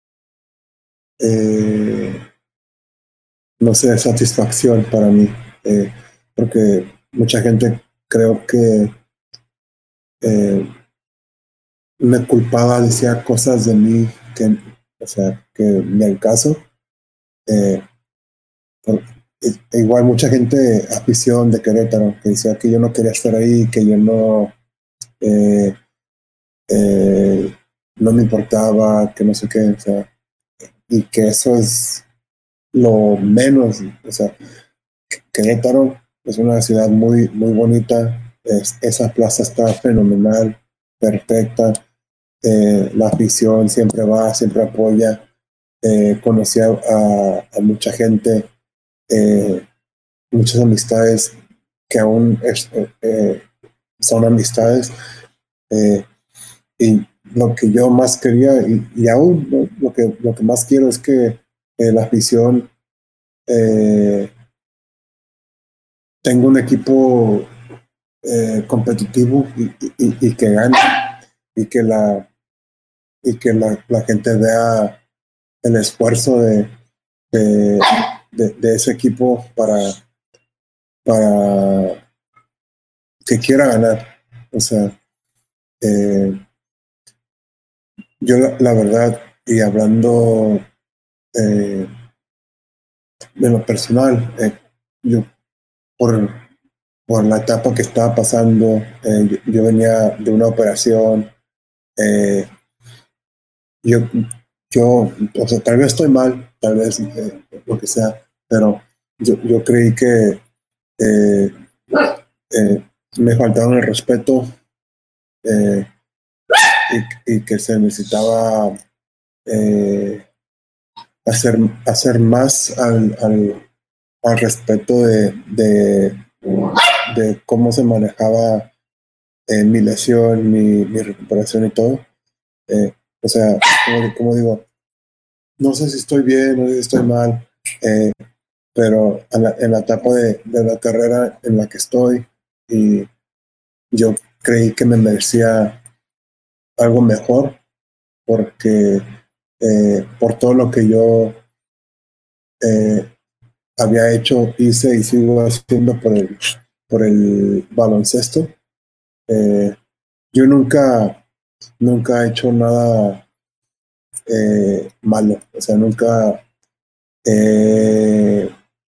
eh, no sé, satisfacción para mí eh, porque mucha gente creo que eh, me culpaba, decía cosas de mí que, o sea, que ni al caso. Eh, por, e, igual mucha gente, afición de Querétaro, que decía que yo no quería estar ahí, que yo no, eh, eh, no me importaba, que no sé qué, o sea, y que eso es lo menos, o sea, Querétaro es una ciudad muy, muy bonita, es, esa plaza está fenomenal, perfecta. Eh, la afición siempre va, siempre apoya. Eh, conocí a, a, a mucha gente, eh, muchas amistades que aún es, eh, son amistades. Eh, y lo que yo más quería, y, y aún ¿no? lo, que, lo que más quiero es que eh, la afición eh, tenga un equipo eh, competitivo y, y, y que gane, y que la, y que la, la gente vea el esfuerzo de, de, de, de ese equipo para, para que quiera ganar. O sea, eh, yo la, la, verdad, y hablando eh, de lo personal, eh, yo por, por la etapa que estaba pasando, eh, yo, yo venía de una operación, eh, yo, yo, o sea, tal vez estoy mal, tal vez eh, lo que sea, pero yo, yo creí que eh, eh, me faltaron el respeto eh, y, y, que se necesitaba eh, hacer, hacer más al, al, al respeto de, de, de cómo se manejaba eh, mi lesión, mi, mi recuperación y todo. Eh, o sea, como, como digo, no sé si estoy bien, no sé si estoy mal, eh, pero en la, en la etapa de, de la carrera en la que estoy, y yo creí que me merecía algo mejor, porque eh, por todo lo que yo eh, había hecho, hice y sigo haciendo por el, por el baloncesto, eh, yo nunca, nunca he hecho nada eh, malo, o sea, nunca eh,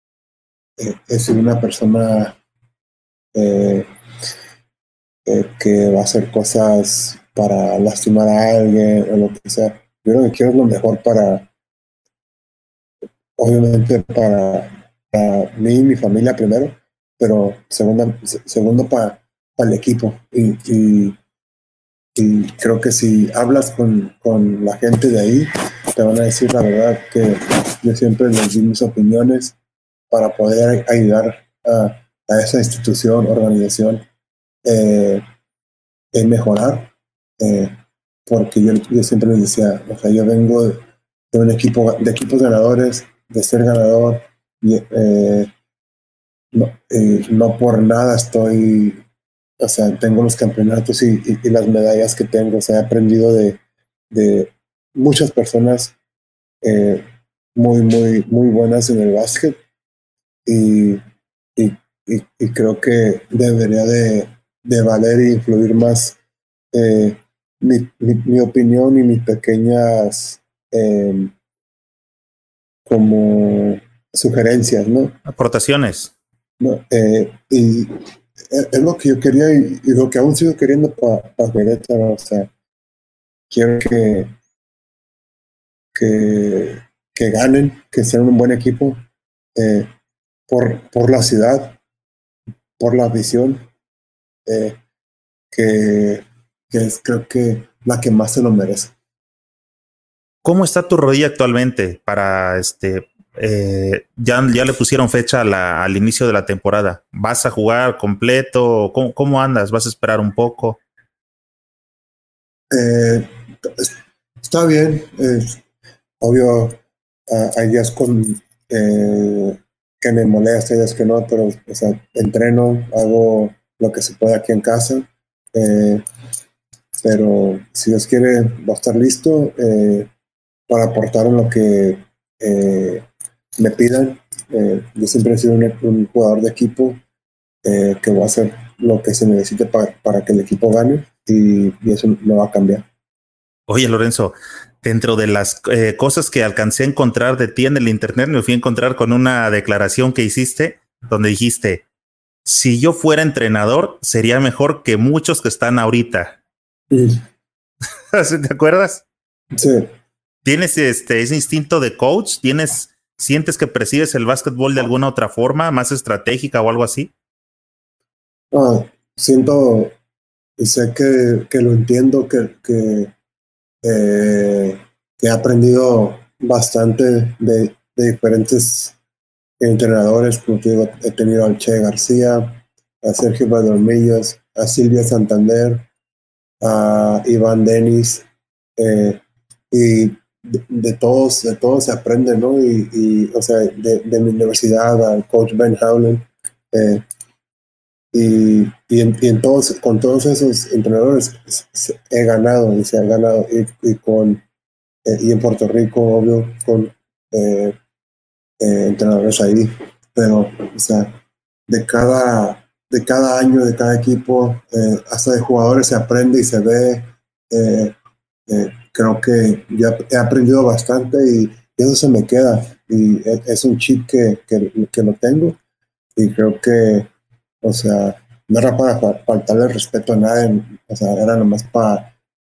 eh, he sido una persona eh, eh, que va a hacer cosas para lastimar a alguien o lo que sea. Yo lo que quiero es lo mejor para, obviamente, para, para mí y mi familia primero, pero segunda, segundo para, para el equipo. Y, y, y creo que si hablas con, con la gente de ahí, te van a decir la verdad que yo siempre les di mis opiniones para poder ayudar a, a esa institución, organización, eh, en mejorar. Eh, porque yo, yo siempre les decía, o sea, yo vengo de, de un equipo, de equipos ganadores, de ser ganador, y eh, no, eh, no por nada estoy, o sea, tengo los campeonatos y, y, y las medallas que tengo, o sea, he aprendido de, de muchas personas eh, muy, muy, muy buenas en el básquet y, y, y, y creo que debería de, de valer e influir más eh, mi, mi, mi opinión y mis pequeñas eh, como sugerencias, ¿no? Aportaciones. ¿No? Eh, y es, es lo que yo quería y, y lo que aún sigo queriendo para pa Querétaro. O sea, quiero que, que, que ganen, que sean un buen equipo eh, por, por la ciudad, por la visión, eh, que, que es creo que la que más se lo merece. ¿Cómo está tu rodilla actualmente? Para este, eh, ya, ya le pusieron fecha a la, al inicio de la temporada. ¿Vas a jugar completo? ¿Cómo, cómo andas? ¿Vas a esperar un poco? Eh, está bien, eh, obvio, uh, hay días con, eh, que me molesta, hay días que no, pero o sea, entreno, hago lo que se puede aquí en casa, eh, pero si Dios quiere va a estar listo eh, para aportar en lo que eh, me pidan. Eh, yo siempre he sido un, un jugador de equipo eh, que va a hacer lo que se necesite para, para que el equipo gane y, y eso no va a cambiar. Oye, Lorenzo, dentro de las eh, cosas que alcancé a encontrar de ti en el internet, me fui a encontrar con una declaración que hiciste donde dijiste, si yo fuera entrenador, sería mejor que muchos que están ahorita. Mm. ¿Te acuerdas? Sí. ¿Tienes este ese instinto de coach? ¿Tienes, sientes que percibes el básquetbol de alguna otra forma, más estratégica o algo así? Ah, siento y sé que, que lo entiendo, que, que, eh, que he aprendido bastante de, de diferentes entrenadores. Como te digo, he tenido al Che García, a Sergio Badormillas, a Silvia Santander, a Iván Denis, eh, y de, de todos, de todos se aprende, ¿no? Y, y o sea, de, de mi universidad al coach Ben Howland, eh, y, y, en, y en todos, con todos esos entrenadores he ganado y se han ganado, y, y con eh, y en Puerto Rico, obvio, con eh, eh, entrenadores ahí, pero o sea, de cada, de cada año, de cada equipo, eh, hasta de jugadores se aprende y se ve. Eh, eh, creo que ya he aprendido bastante y eso se me queda y es, es un chip que, que, que lo tengo y creo que, o sea, no era para faltarle respeto a nadie, o sea, era nomás para,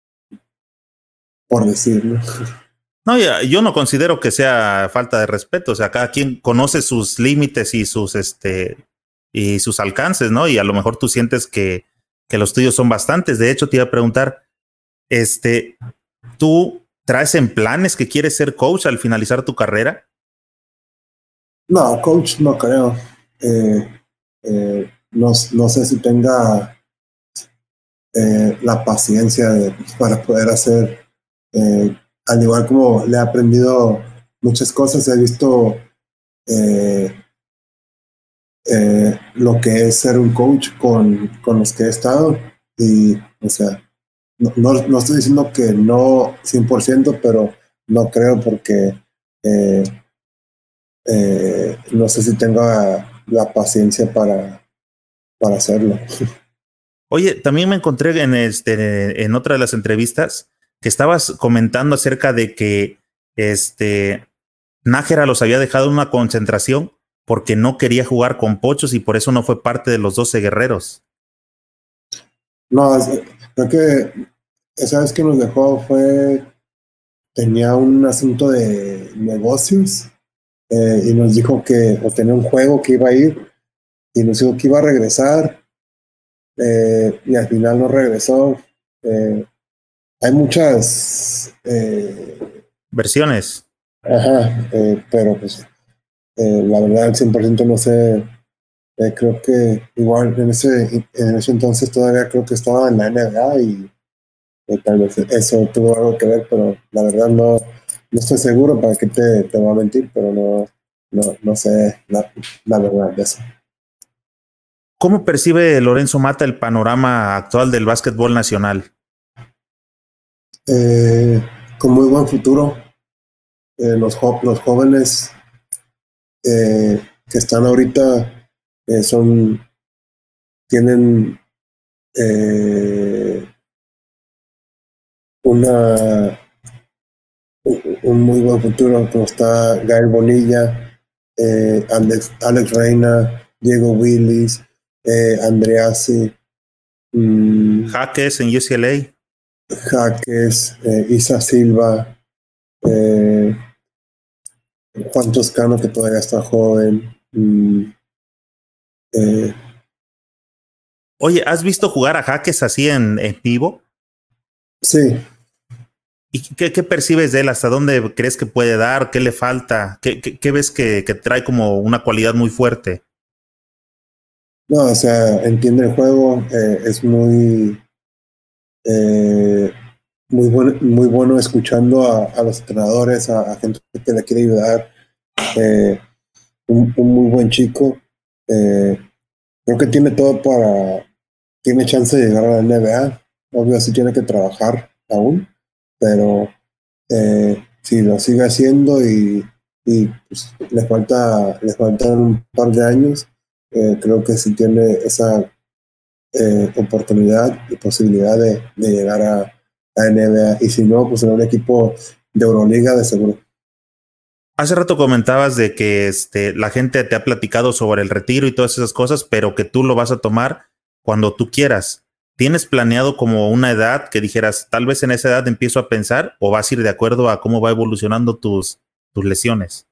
por decirlo. No, ya, yo no considero que sea falta de respeto. O sea, cada quien conoce sus límites y sus este y sus alcances, ¿no? Y a lo mejor tú sientes que, que los tuyos son bastantes. De hecho, te iba a preguntar, este, ¿tú traes en planes que quieres ser coach al finalizar tu carrera? No, coach, no creo. Eh, eh, no, no sé si tenga eh, la paciencia de, para poder hacer, eh, al igual como le he aprendido muchas cosas, he visto eh, eh, lo que es ser un coach con, con los que he estado y, o sea, no, no, no estoy diciendo que no cien por ciento, pero no creo porque eh, eh, no sé si tenga la paciencia para, para hacerlo. Oye, también me encontré en este en otra de las entrevistas que estabas comentando acerca de que este Nájera los había dejado en una concentración porque no quería jugar con pochos y por eso no fue parte de los doce guerreros. No, es- creo que esa vez que nos dejó fue, tenía un asunto de negocios, eh, y nos dijo que, o tenía un juego que iba a ir, y nos dijo que iba a regresar, eh, y al final no regresó. Eh, hay muchas, eh, Versiones. ajá, eh, pero pues eh, la verdad al cien por ciento no sé. Eh, creo que igual en ese, en ese entonces todavía creo que estaba en la N B A y eh, tal vez eso tuvo algo que ver, pero la verdad no, no estoy seguro para qué te, te voy a mentir, pero no, no, no sé la, la verdad de eso. ¿Cómo percibe Lorenzo Mata el panorama actual del básquetbol nacional? Eh, con muy buen futuro. Eh, los, jo- los jóvenes eh, que están ahorita eh, son, tienen eh, una, un, un muy buen futuro, como está Gael Bonilla, eh, Alex, Alex Reina, Diego Willis, eh, Andreassi, mm, Jaques en U C L A. Jaques, eh, Isa Silva, eh, Juan Toscano, que todavía está joven. mm, eh, Oye, ¿has visto jugar a Jaques así en, en vivo? sí, ¿Y qué, qué percibes de él? ¿Hasta dónde crees que puede dar? ¿Qué le falta? ¿Qué, qué, qué ves que, que trae como una cualidad muy fuerte? no, o sea, entiende el juego, eh, es muy, eh, muy, buen- muy bueno escuchando a, a los entrenadores, a, a gente que le quiere ayudar. eh, un, un muy buen chico. eh, Creo que tiene todo para, tiene chance de llegar a la N B A. Obvio, sí tiene que trabajar aún, pero eh, si lo sigue haciendo y, y pues, le falta, le faltan un par de años, eh, creo que sí tiene esa eh, oportunidad y posibilidad de, de llegar a, a N B A. Y si no, pues en un equipo de Euroliga de seguro. Hace rato comentabas de que este, la gente te ha platicado sobre el retiro y todas esas cosas, pero que tú lo vas a tomar cuando tú quieras. ¿Tienes planeado como una edad que dijeras, tal vez en esa edad empiezo a pensar o vas a ir de acuerdo a cómo va evolucionando tus, tus lesiones?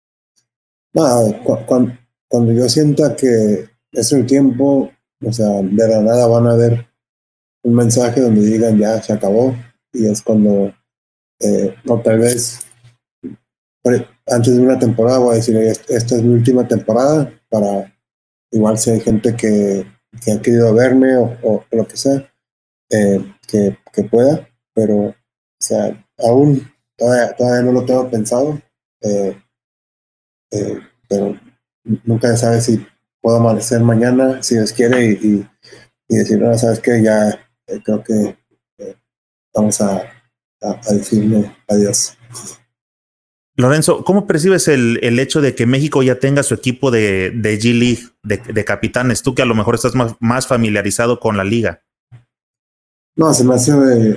Nada, cu- cuan- cuando yo sienta que es el tiempo, o sea, de la nada van a ver un mensaje donde digan ya se acabó, y es cuando, eh, o tal vez pre- antes de una temporada voy a decir: "Oye, est- esta es mi última temporada", para igual si hay gente que, que ha querido verme o, o lo que sea, eh, que, que pueda, pero o sea, aún todavía, todavía no lo tengo pensado, eh, eh, pero nunca se sabe si puedo amanecer mañana, si Dios quiere, y, y, y decir: "No, sabes que ya eh, creo que eh, vamos a, a, a decirle adiós". Lorenzo, ¿cómo percibes el, el hecho de que México ya tenga su equipo de, de G League, de, de capitanes? Tú que a lo mejor estás más, más familiarizado con la liga. No, se me hace eh,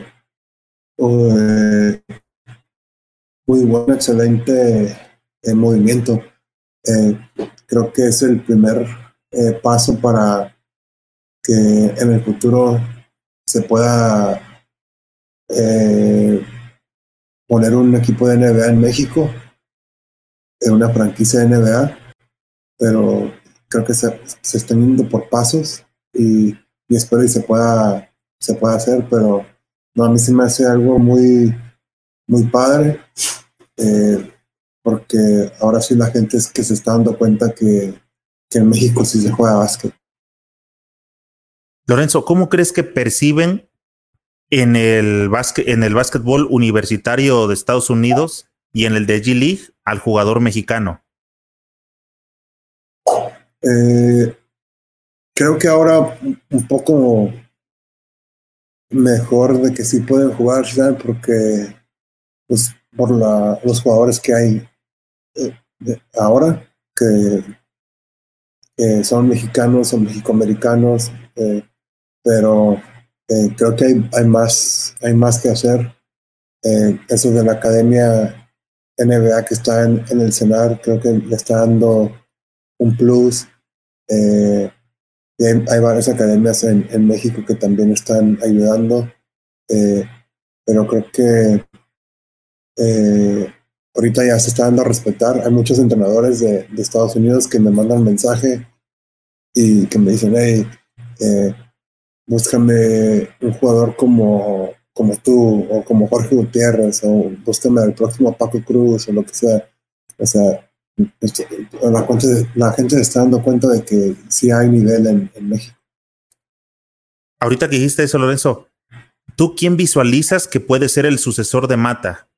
eh, muy bueno, excelente eh, movimiento. Eh, Creo que es el primer eh, paso para que en el futuro se pueda eh, poner un equipo de N B A en México, en una franquicia de N B A, pero creo que se, se están yendo por pasos, y, y espero y se pueda, se pueda hacer, pero no, a mí se me hace algo muy, muy padre, eh, porque ahora sí la gente es que se está dando cuenta que, que en México sí se juega básquet. Lorenzo, ¿cómo crees que perciben en el, básquet, en el básquetbol universitario de Estados Unidos y en el de G League al jugador mexicano? Eh, Creo que ahora un poco mejor de que sí pueden jugar, ¿sabes? Porque pues por la, los jugadores que hay eh, de- ahora, que, que son mexicanos o mexicoamericanos, eh, pero eh, creo que hay, hay más, hay más que hacer. Eh, eso de la Academia N B A que está en, en el CENAR, creo que le está dando un plus. Eh, y hay, hay varias academias en, en México que también están ayudando, eh, pero creo que eh, ahorita ya se está dando a respetar. Hay muchos entrenadores de, de Estados Unidos que me mandan mensaje y que me dicen, hey, eh, búscame un jugador como, como tú, o como Jorge Gutiérrez, o búscame al próximo Paco Cruz, o lo que sea. O sea, esto- la, gente- la gente se está dando cuenta de que sí hay nivel en, en México. Ahorita que dijiste eso, Lorenzo, ¿tú quién visualizas que puede ser el sucesor de Mata?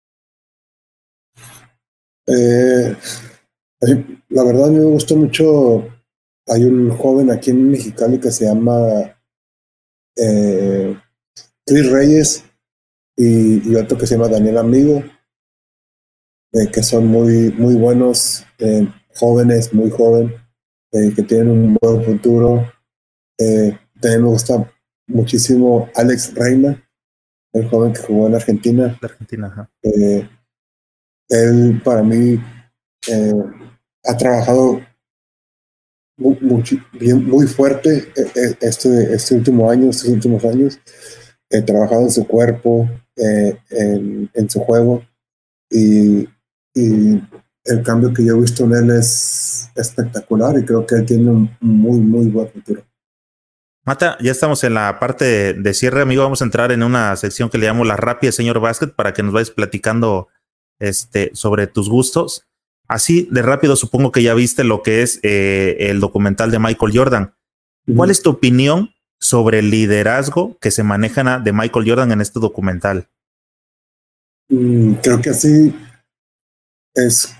Eh, eh, la verdad, a mí me gusta mucho. Hay un joven aquí en Mexicali que se llama eh, Chris Reyes, y, y otro que se llama Daniel Amigo, eh, que son muy, muy buenos, eh, jóvenes, muy jóvenes, eh, que tienen un buen futuro. Eh, también me gusta muchísimo Alex Reina, el joven que jugó en Argentina. De Argentina, ajá. Eh, él para mí eh, ha trabajado muy, muchi- bien, muy fuerte eh, eh, este, este último año, estos últimos años. He trabajado en su cuerpo, eh, en, en su juego, y, y el cambio que yo he visto en él es espectacular, y creo que él tiene un muy, muy buen futuro. Mata, ya estamos en la parte de, de cierre, amigo. Vamos a entrar en una sección que le llamo la rápida, señor Básquet, para que nos vayas platicando este, sobre tus gustos. Así de rápido, supongo que ya viste lo que es eh, el documental de Michael Jordan. ¿Cuál Mm, es tu opinión sobre el liderazgo que se maneja de Michael Jordan en este documental? mm, creo que así es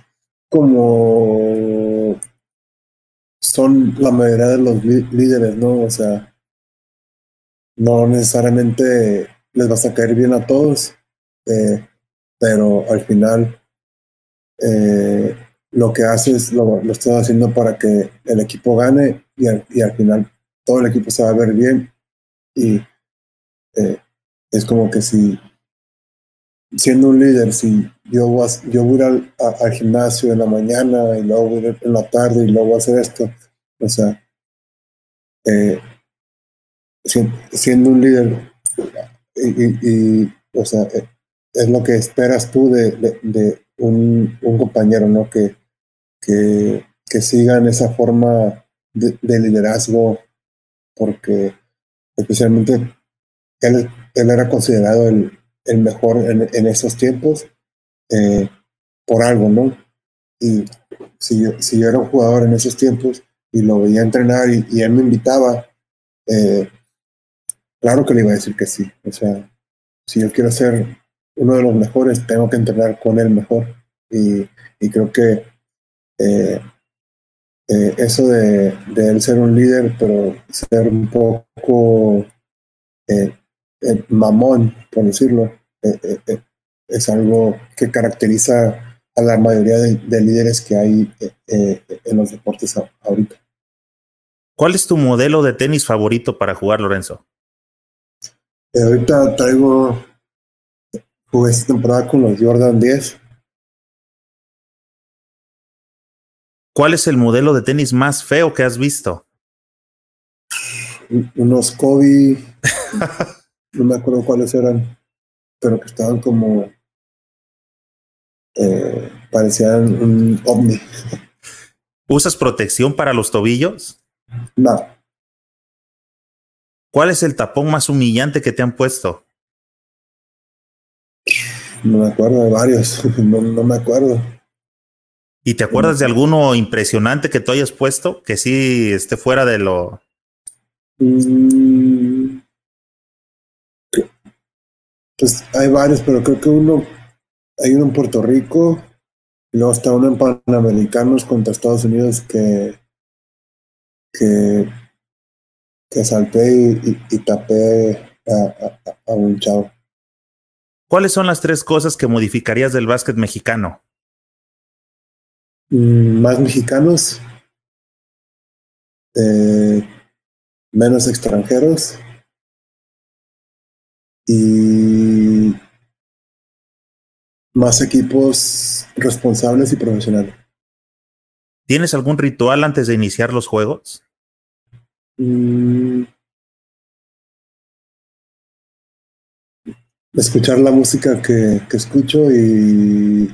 como son la mayoría de los lí- líderes, ¿no? O sea, no necesariamente les vas a caer bien a todos, eh, pero al final eh, lo que haces lo, lo estás haciendo para que el equipo gane, y al, y al final todo el equipo se va a ver bien, y eh, es como que si siendo un líder, si yo voy a, yo voy a ir al, a- al gimnasio en la mañana y luego voy a ir en la tarde y luego voy a hacer esto, o sea, eh, si- siendo un líder, y, y- y, o sea, eh, es lo que esperas tú de, de- de un, un compañero, ¿no? Que, que, que sigan esa forma de, de liderazgo, porque especialmente él, él era considerado el, el mejor en, en esos tiempos, eh, por algo, ¿no? Y si yo, si yo era un jugador en esos tiempos y lo veía entrenar, y, y él me invitaba, eh, claro que le iba a decir que sí. O sea, si yo quiero ser uno de los mejores, tengo que entrenar con el mejor. Y, y creo que eh, eh, eso de, de él ser un líder, pero ser un poco eh, eh, mamón, por decirlo, eh, eh, eh, es algo que caracteriza a la mayoría de, de líderes que hay eh, eh, en los deportes a- ahorita. ¿Cuál es tu modelo de tenis favorito para jugar, Lorenzo? Eh, ahorita traigo, jugué esta temporada con los Jordan diez. ¿Cuál es el modelo de tenis más feo que has visto? un- unos Kobe, no me acuerdo cuáles eran, pero que estaban como, eh, parecían un ovni. ¿Usas protección para los tobillos? No, ¿Cuál es el tapón más humillante que te han puesto? no me acuerdo de varios, no, no me acuerdo. ¿Y te acuerdas de alguno impresionante que tú hayas puesto que sí esté fuera de lo... Mm, pues hay varios, pero creo que uno, hay uno en Puerto Rico, y luego está uno en Panamericanos contra Estados Unidos que, que, que salté y, y, y tapé a, a, a un chavo. ¿Cuáles son las tres cosas que modificarías del básquet mexicano? Mm, más mexicanos, eh, menos extranjeros, y más equipos responsables y profesionales. ¿Tienes algún ritual antes de iniciar los juegos? Mm, escuchar la música que, que escucho y,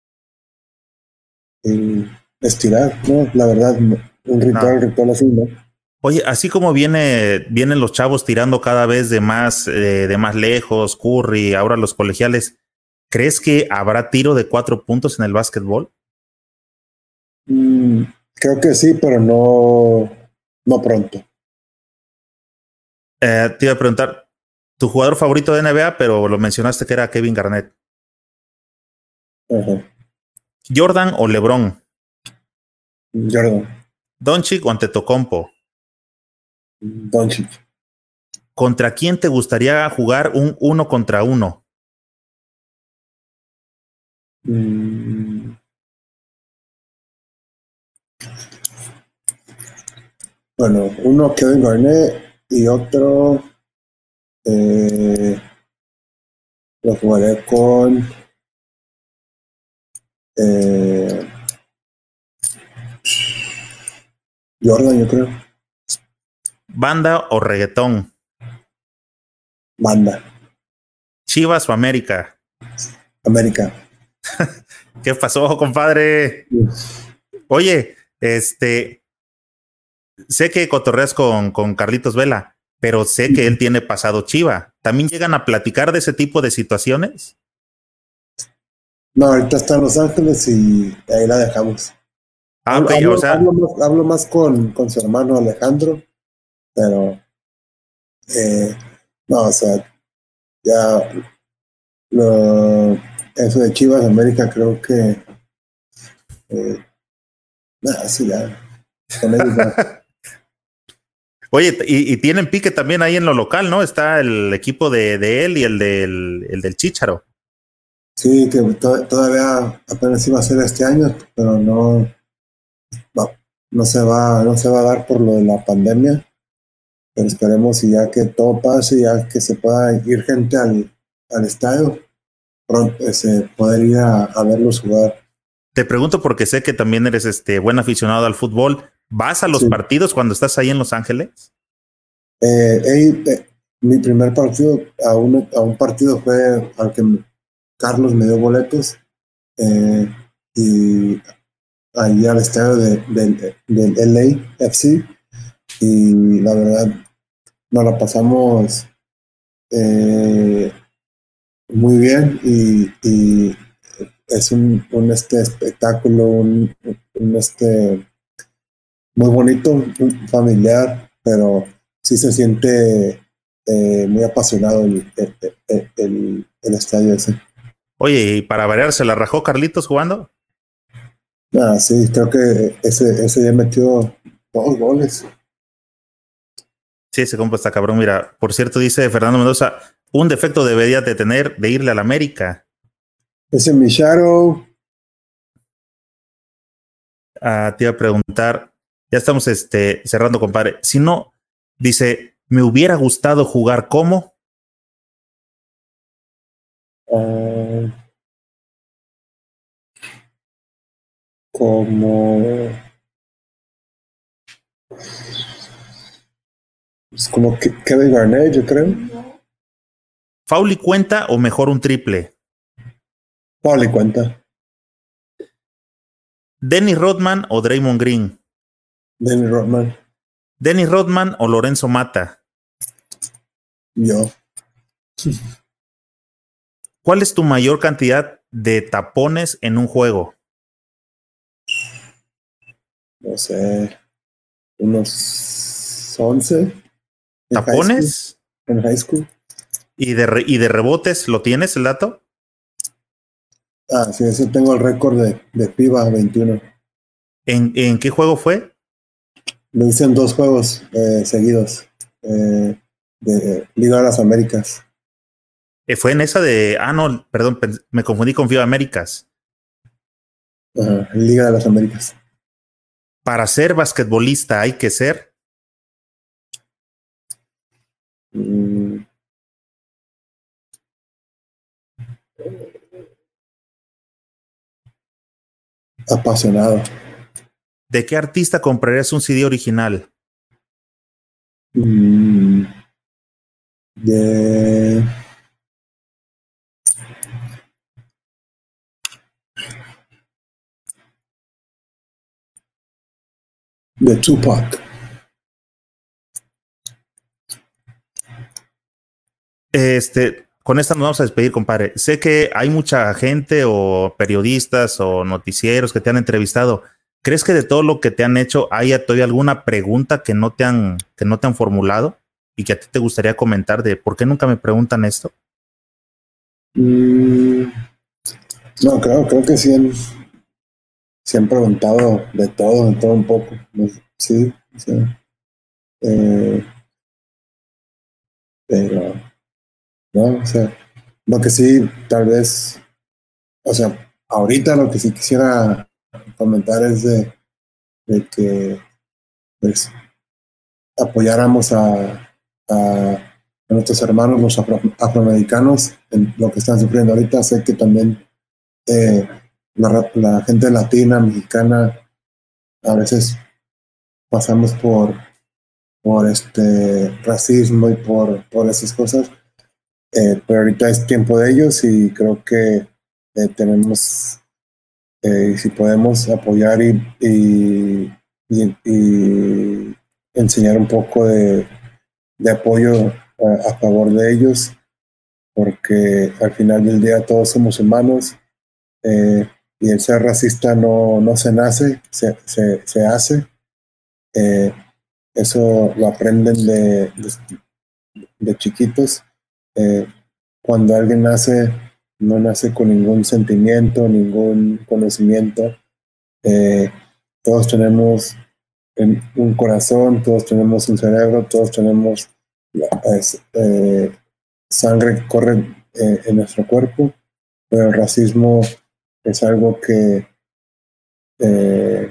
y estirar, ¿no? La verdad, no. un ritual, No. un ritual así, ¿no? Oye, así como viene, vienen los chavos tirando cada vez de más, eh, de más lejos, Curry, ahora los colegiales, ¿crees que habrá tiro de cuatro puntos en el básquetbol? Mm, creo que sí, pero no, no pronto. Eh, te iba a preguntar, tu jugador favorito de N B A, pero lo mencionaste que era Kevin Garnett. Ajá. ¿Jordan o LeBron? Jordan, ¿Doncic o Antetokounmpo? Doncic. ¿Contra quién te gustaría jugar un uno contra uno? Mm, bueno, uno Kevin Garnett y otro eh, lo jugaré con eh, Jordan, yo creo. ¿Banda o reggaetón? Banda, ¿Chivas o América? América. ¿Qué pasó, compadre? Oye, este, sé que cotorreas con, con Carlitos Vela, pero sé que él tiene pasado Chiva. ¿También llegan a platicar de ese tipo de situaciones? No, ahorita está en Los Ángeles y ahí la dejamos. Ah, Hablo, ok, o hablo, hablo sea, más, hablo más con, con su hermano Alejandro, pero eh, no, o sea, ya lo, eso de Chivas América creo que eh, nada, sí, ya, con ellos ya. oye, y, y tienen pique también ahí en lo local, ¿no? Está el equipo de, de él y el del, el del Chícharo. Sí, que to- todavía apenas iba a ser este año, pero no, va- no se va, no se va a dar por lo de la pandemia, pero esperemos y ya que todo pase, ya que se pueda ir gente al, al estadio, pronto ese, poder ir a, a verlos jugar. Te pregunto porque sé que también eres este buen aficionado al fútbol. ¿Vas a los Sí. partidos cuando estás ahí en Los Ángeles? Eh, he- eh, mi primer partido a un, a un partido fue al que me- Carlos me dio boletos eh, y ahí al estadio de, del del L A F C y la verdad nos la pasamos eh, muy bien y, y es un, un, este espectáculo, un, un, este muy bonito, un familiar, pero sí se siente eh, muy apasionado el, el, el, el, el estadio ese. Oye, y para variar, ¿se la rajó Carlitos jugando? Ah, sí, creo que ese, ese día metió dos goles. Sí, ese compa está cabrón. Mira, por cierto, dice Fernando Mendoza, un defecto debería de tener de irle al América. Ese Micharo, Ah, te iba a preguntar, ya estamos este, cerrando, compadre. Si no, dice, me hubiera gustado jugar como. uh, como, es como Ke- Kevin Garnett, yo creo. ¿Foul y cuenta o mejor un triple? Paul y cuenta. ¿Dennis Rodman o Draymond Green? Danny Rodman, ¿Dennis Rodman o Lorenzo Mata? yo, ¿Cuál es tu mayor cantidad de tapones en un juego? no sé, unos once en high school. ¿Tapones? En high school. ¿Y de, re- y de rebotes? ¿Lo tienes el dato? Ah, sí, ese tengo el récord de, de FIBA veintiuno. ¿En, en qué juego fue? Lo hice en dos juegos eh, seguidos eh, de Liga de las Américas. Eh, fue en esa de. Ah, no, perdón, pens- me confundí con FIBA Américas. Ajá, Liga de las Américas. Para ser basquetbolista hay que ser. Mm, apasionado. ¿De qué artista comprarías un C D original? Mm, de de Tupac. Este, con esta nos vamos a despedir, compadre. Sé que hay mucha gente o periodistas o noticieros que te han entrevistado. ¿Crees que de todo lo que te han hecho haya todavía alguna pregunta que no te han, que no te han formulado y que a ti te gustaría comentar de por qué nunca me preguntan esto? Mm, no, creo, creo que sí han, sí han preguntado de todo, de todo un poco. Sí, sí. Eh, pero no, o sea, lo que sí, tal vez, o sea, ahorita lo que sí quisiera comentar es de, de que pues, apoyáramos a, a, a nuestros hermanos, los afro, afroamericanos, en lo que están sufriendo ahorita. Sé que también eh, la, la gente latina, mexicana, a veces pasamos por, por este racismo y por, por esas cosas, eh, pero ahorita es tiempo de ellos y creo que eh, tenemos, eh, si podemos apoyar y, y, y, y enseñar un poco de, de apoyo a, a favor de ellos, porque al final del día todos somos humanos, eh, y el ser racista no, no se nace, se, se, se hace. Eh, eso lo aprenden de, de, de chiquitos. Eh, cuando alguien nace, no nace con ningún sentimiento, ningún conocimiento. Eh, todos tenemos un corazón, todos tenemos un cerebro, todos tenemos es, eh, sangre que corre eh, en nuestro cuerpo, pero el racismo es algo que, eh,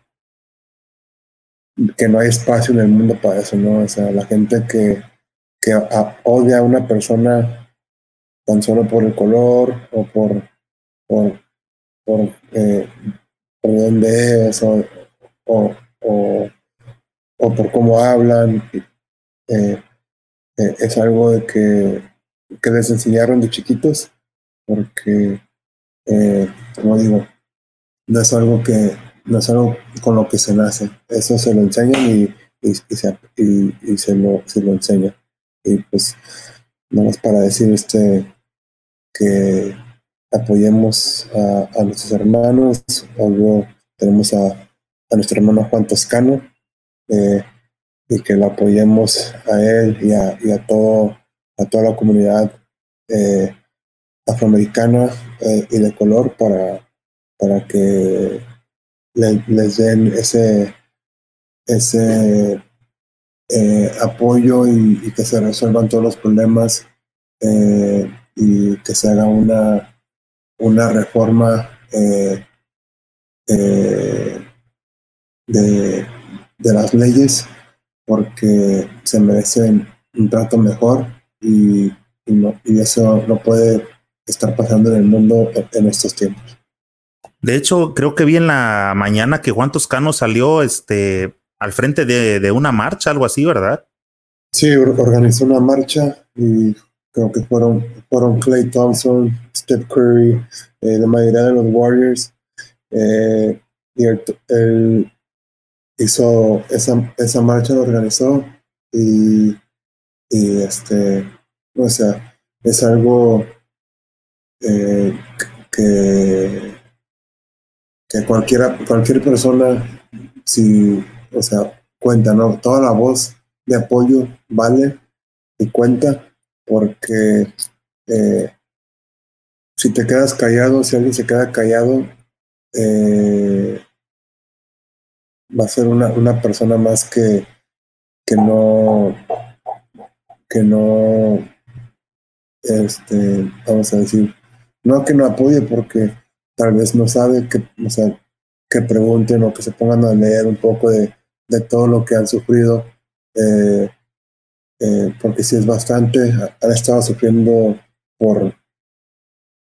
que no hay espacio en el mundo para eso, ¿no? O sea, la gente que, que a, odia a una persona tan solo por el color o por, por, por, eh, por dónde es o, o, o, o por cómo hablan, eh, eh, es algo de que, que les enseñaron de chiquitos, porque, eh, como digo, no es algo que no es algo con lo que se nace, eso se lo enseñan y, y, y, se, y, y se, lo, se lo enseñan. Y pues, nada más para decir este que apoyemos a, a nuestros hermanos. Luego tenemos a, a nuestro hermano Juan Toscano, eh, y que lo apoyemos a él y a, y a, todo, a toda la comunidad eh, afroamericana eh, y de color para, para que le, les den ese, ese eh, apoyo y, y que se resuelvan todos los problemas, eh, y que se haga una, una reforma eh, eh, de, de las leyes, porque se merecen un trato mejor y, y, no, y eso no puede estar pasando en el mundo en, en estos tiempos. De hecho, creo que vi en la mañana que Juan Toscano salió este, al frente de, de una marcha, algo así, ¿verdad? Sí, organizó una marcha y creo que fueron, fueron Klay Thompson, Steph Curry, eh, la mayoría de los Warriors, eh, y él, él hizo esa, esa marcha, la organizó y, y este, o sea, es algo eh, que, que cualquiera, cualquier persona, si, o sea, cuenta, ¿no? Toda la voz de apoyo vale y cuenta, porque eh, si te quedas callado, si alguien se queda callado, eh, va a ser una, una persona más que, que no, que no, este, vamos a decir, no que no apoye, porque tal vez no sabe, que, o sea, que pregunten o que se pongan a leer un poco de, de todo lo que han sufrido, eh, eh, porque sí es bastante, han estado sufriendo por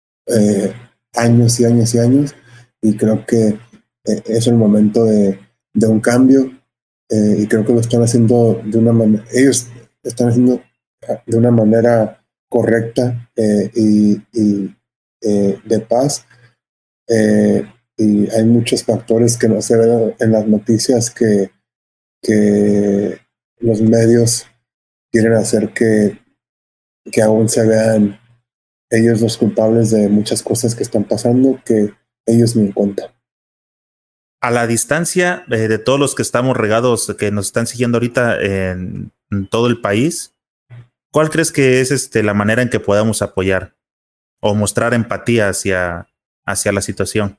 eh, años y años y años, y creo que eh, es el momento de, de un cambio, eh, y creo que lo están haciendo de una manera, ellos están haciendo de una manera correcta eh, y, y eh, de paz. Eh, y hay muchos factores que no se ven en las noticias que, que los medios quieren hacer que, que aún se vean ellos los culpables de muchas cosas que están pasando que ellos ni en cuenta. A la distancia eh, de todos los que estamos regados, que nos están siguiendo ahorita en, en todo el país, ¿cuál crees que es este, la manera en que podamos apoyar o mostrar empatía hacia, hacia la situación?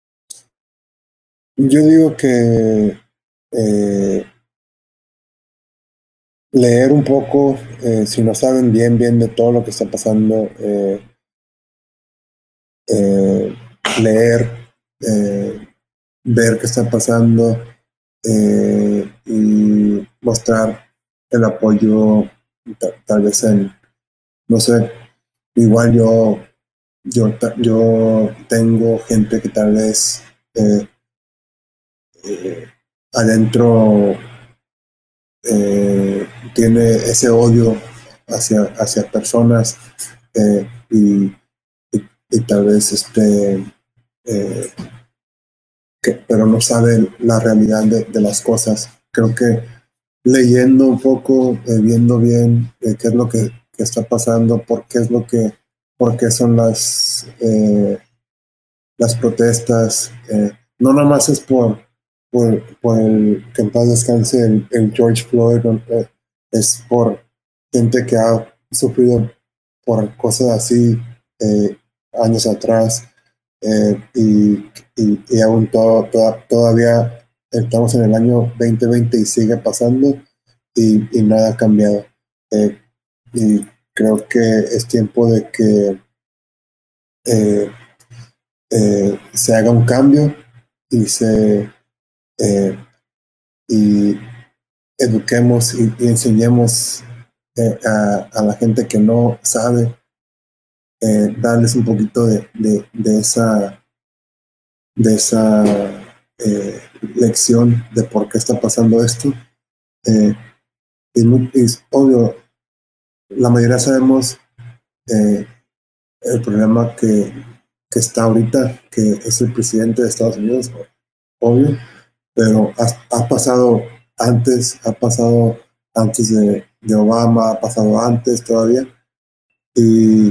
Yo digo que eh, leer un poco, eh, si no saben bien, bien de todo lo que está pasando, eh, eh, leer, eh, ver qué está pasando eh, y mostrar el apoyo, tal vez en, no sé, igual yo, yo, yo tengo gente que tal vez eh, eh, adentro eh, tiene ese odio hacia, hacia personas eh, y, y, y tal vez este eh, que, pero no sabe la realidad de, de las cosas. Creo que leyendo un poco, eh, viendo bien eh, qué es lo que, que está pasando, por qué es lo que, por qué son las eh, las protestas, eh, no nada más es por por, por el que en paz descanse el, el George Floyd, eh, es por gente que ha sufrido por cosas así eh, años atrás, eh, y, y, y aún todo, to, todavía estamos en el año veinte veinte y sigue pasando y, y nada ha cambiado. Eh, y creo que es tiempo de que eh, eh, se haga un cambio y se eh, y eduquemos y, y enseñemos eh, a, a la gente que no sabe, eh, darles un poquito de, de, de esa de esa eh, lección de por qué está pasando esto. Eh, y, y es obvio, la mayoría sabemos eh, el problema que, que está ahorita, que es el presidente de Estados Unidos, obvio, pero ha, ha pasado antes, ha pasado antes de, de Obama, ha pasado antes todavía, y,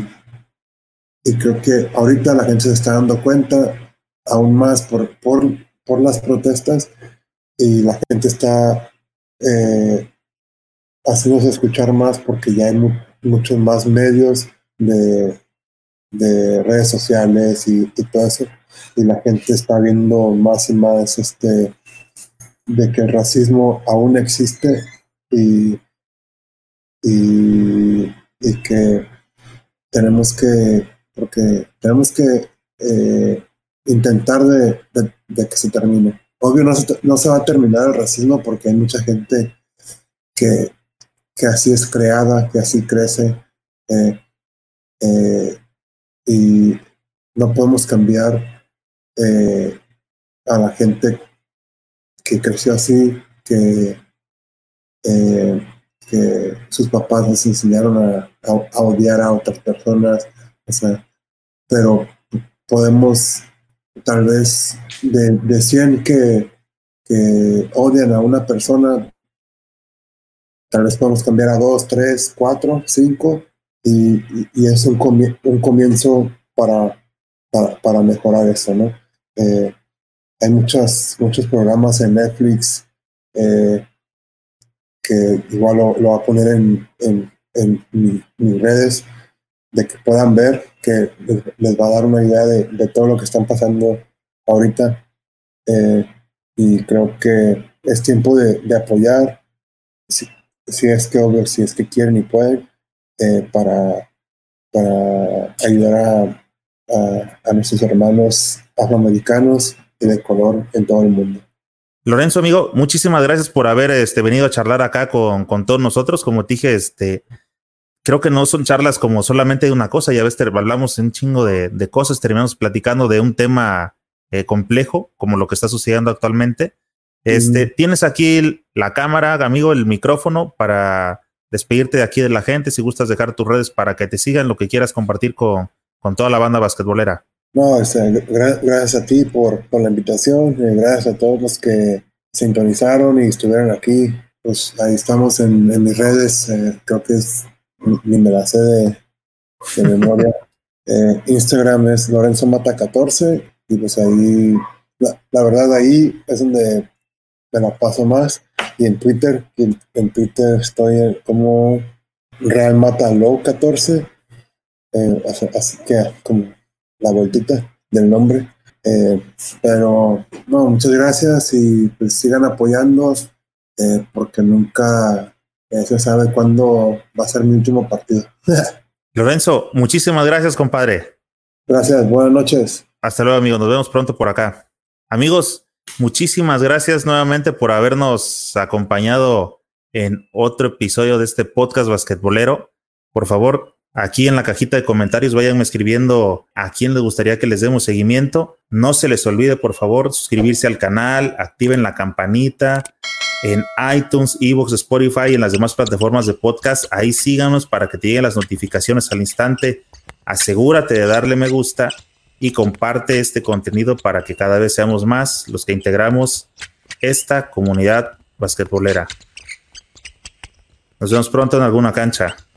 y creo que ahorita la gente se está dando cuenta aún más por, por, por las protestas, y la gente está eh, haciéndose escuchar más porque ya hay mu muchos más medios de, de redes sociales y, y todo eso, y la gente está viendo más y más este de que el racismo aún existe y, y, y que tenemos que porque tenemos que eh, intentar de, de, de que se termine. Obvio no se, no se va a terminar el racismo porque hay mucha gente que, que así es creada, que así crece, eh, eh, y no podemos cambiar eh, a la gente que creció así, que, eh, que sus papás les enseñaron a, a, a odiar a otras personas, o sea, pero podemos tal vez de, de cien que, que odian a una persona, tal vez podemos cambiar a dos, tres, cuatro, cinco, y, y, y es un, comie un comienzo para, para, para mejorar eso, ¿no? Eh, hay muchas, muchos programas en Netflix eh, que igual lo, lo voy a poner en, en, en mi, mis redes, de que puedan ver, que les, les va a dar una idea de, de todo lo que están pasando ahorita. Eh, y creo que es tiempo de, de apoyar, si, si es que obvio, si es que quieren y pueden, eh, para, para ayudar a, a, a nuestros hermanos afroamericanos y de color en todo el mundo. Lorenzo, amigo, muchísimas gracias por haber este, venido a charlar acá con, con todos nosotros. Como te dije, este, creo que no son charlas como solamente de una cosa, ya ves, hablamos un chingo de, de cosas, terminamos platicando de un tema eh, complejo, como lo que está sucediendo actualmente, Este, Mm. tienes aquí la cámara, amigo, el micrófono para despedirte de aquí de la gente. Si gustas dejar tus redes para que te sigan, lo que quieras compartir con, con toda la banda basquetbolera. No, o sea, gra- gracias a ti por, por la invitación, eh, gracias a todos los que sintonizaron y estuvieron aquí. Pues ahí estamos en, en mis redes, eh, creo que es, ni me la sé de, de memoria. Eh, Instagram es Lorenzo Mata catorce y pues ahí, la, la verdad ahí es donde me la paso más. Y en Twitter, en, en Twitter estoy como Real Mata Low catorce, eh, así, así que como la vueltita del nombre. Eh, pero no, muchas gracias y pues sigan apoyando, eh, porque nunca eh, se sabe cuándo va a ser mi último partido. Lorenzo, muchísimas gracias, compadre. Gracias, buenas noches. Hasta luego, amigos. Nos vemos pronto por acá. Amigos, muchísimas gracias nuevamente por habernos acompañado en otro episodio de este podcast basquetbolero. Por favor, aquí en la cajita de comentarios vayan escribiendo a quién les gustaría que les demos seguimiento. No se les olvide, por favor, suscribirse al canal, activen la campanita en iTunes, iVoox, Spotify y en las demás plataformas de podcast. Ahí síganos para que te lleguen las notificaciones al instante. Asegúrate de darle me gusta y comparte este contenido para que cada vez seamos más los que integramos esta comunidad basquetbolera. Nos vemos pronto en alguna cancha.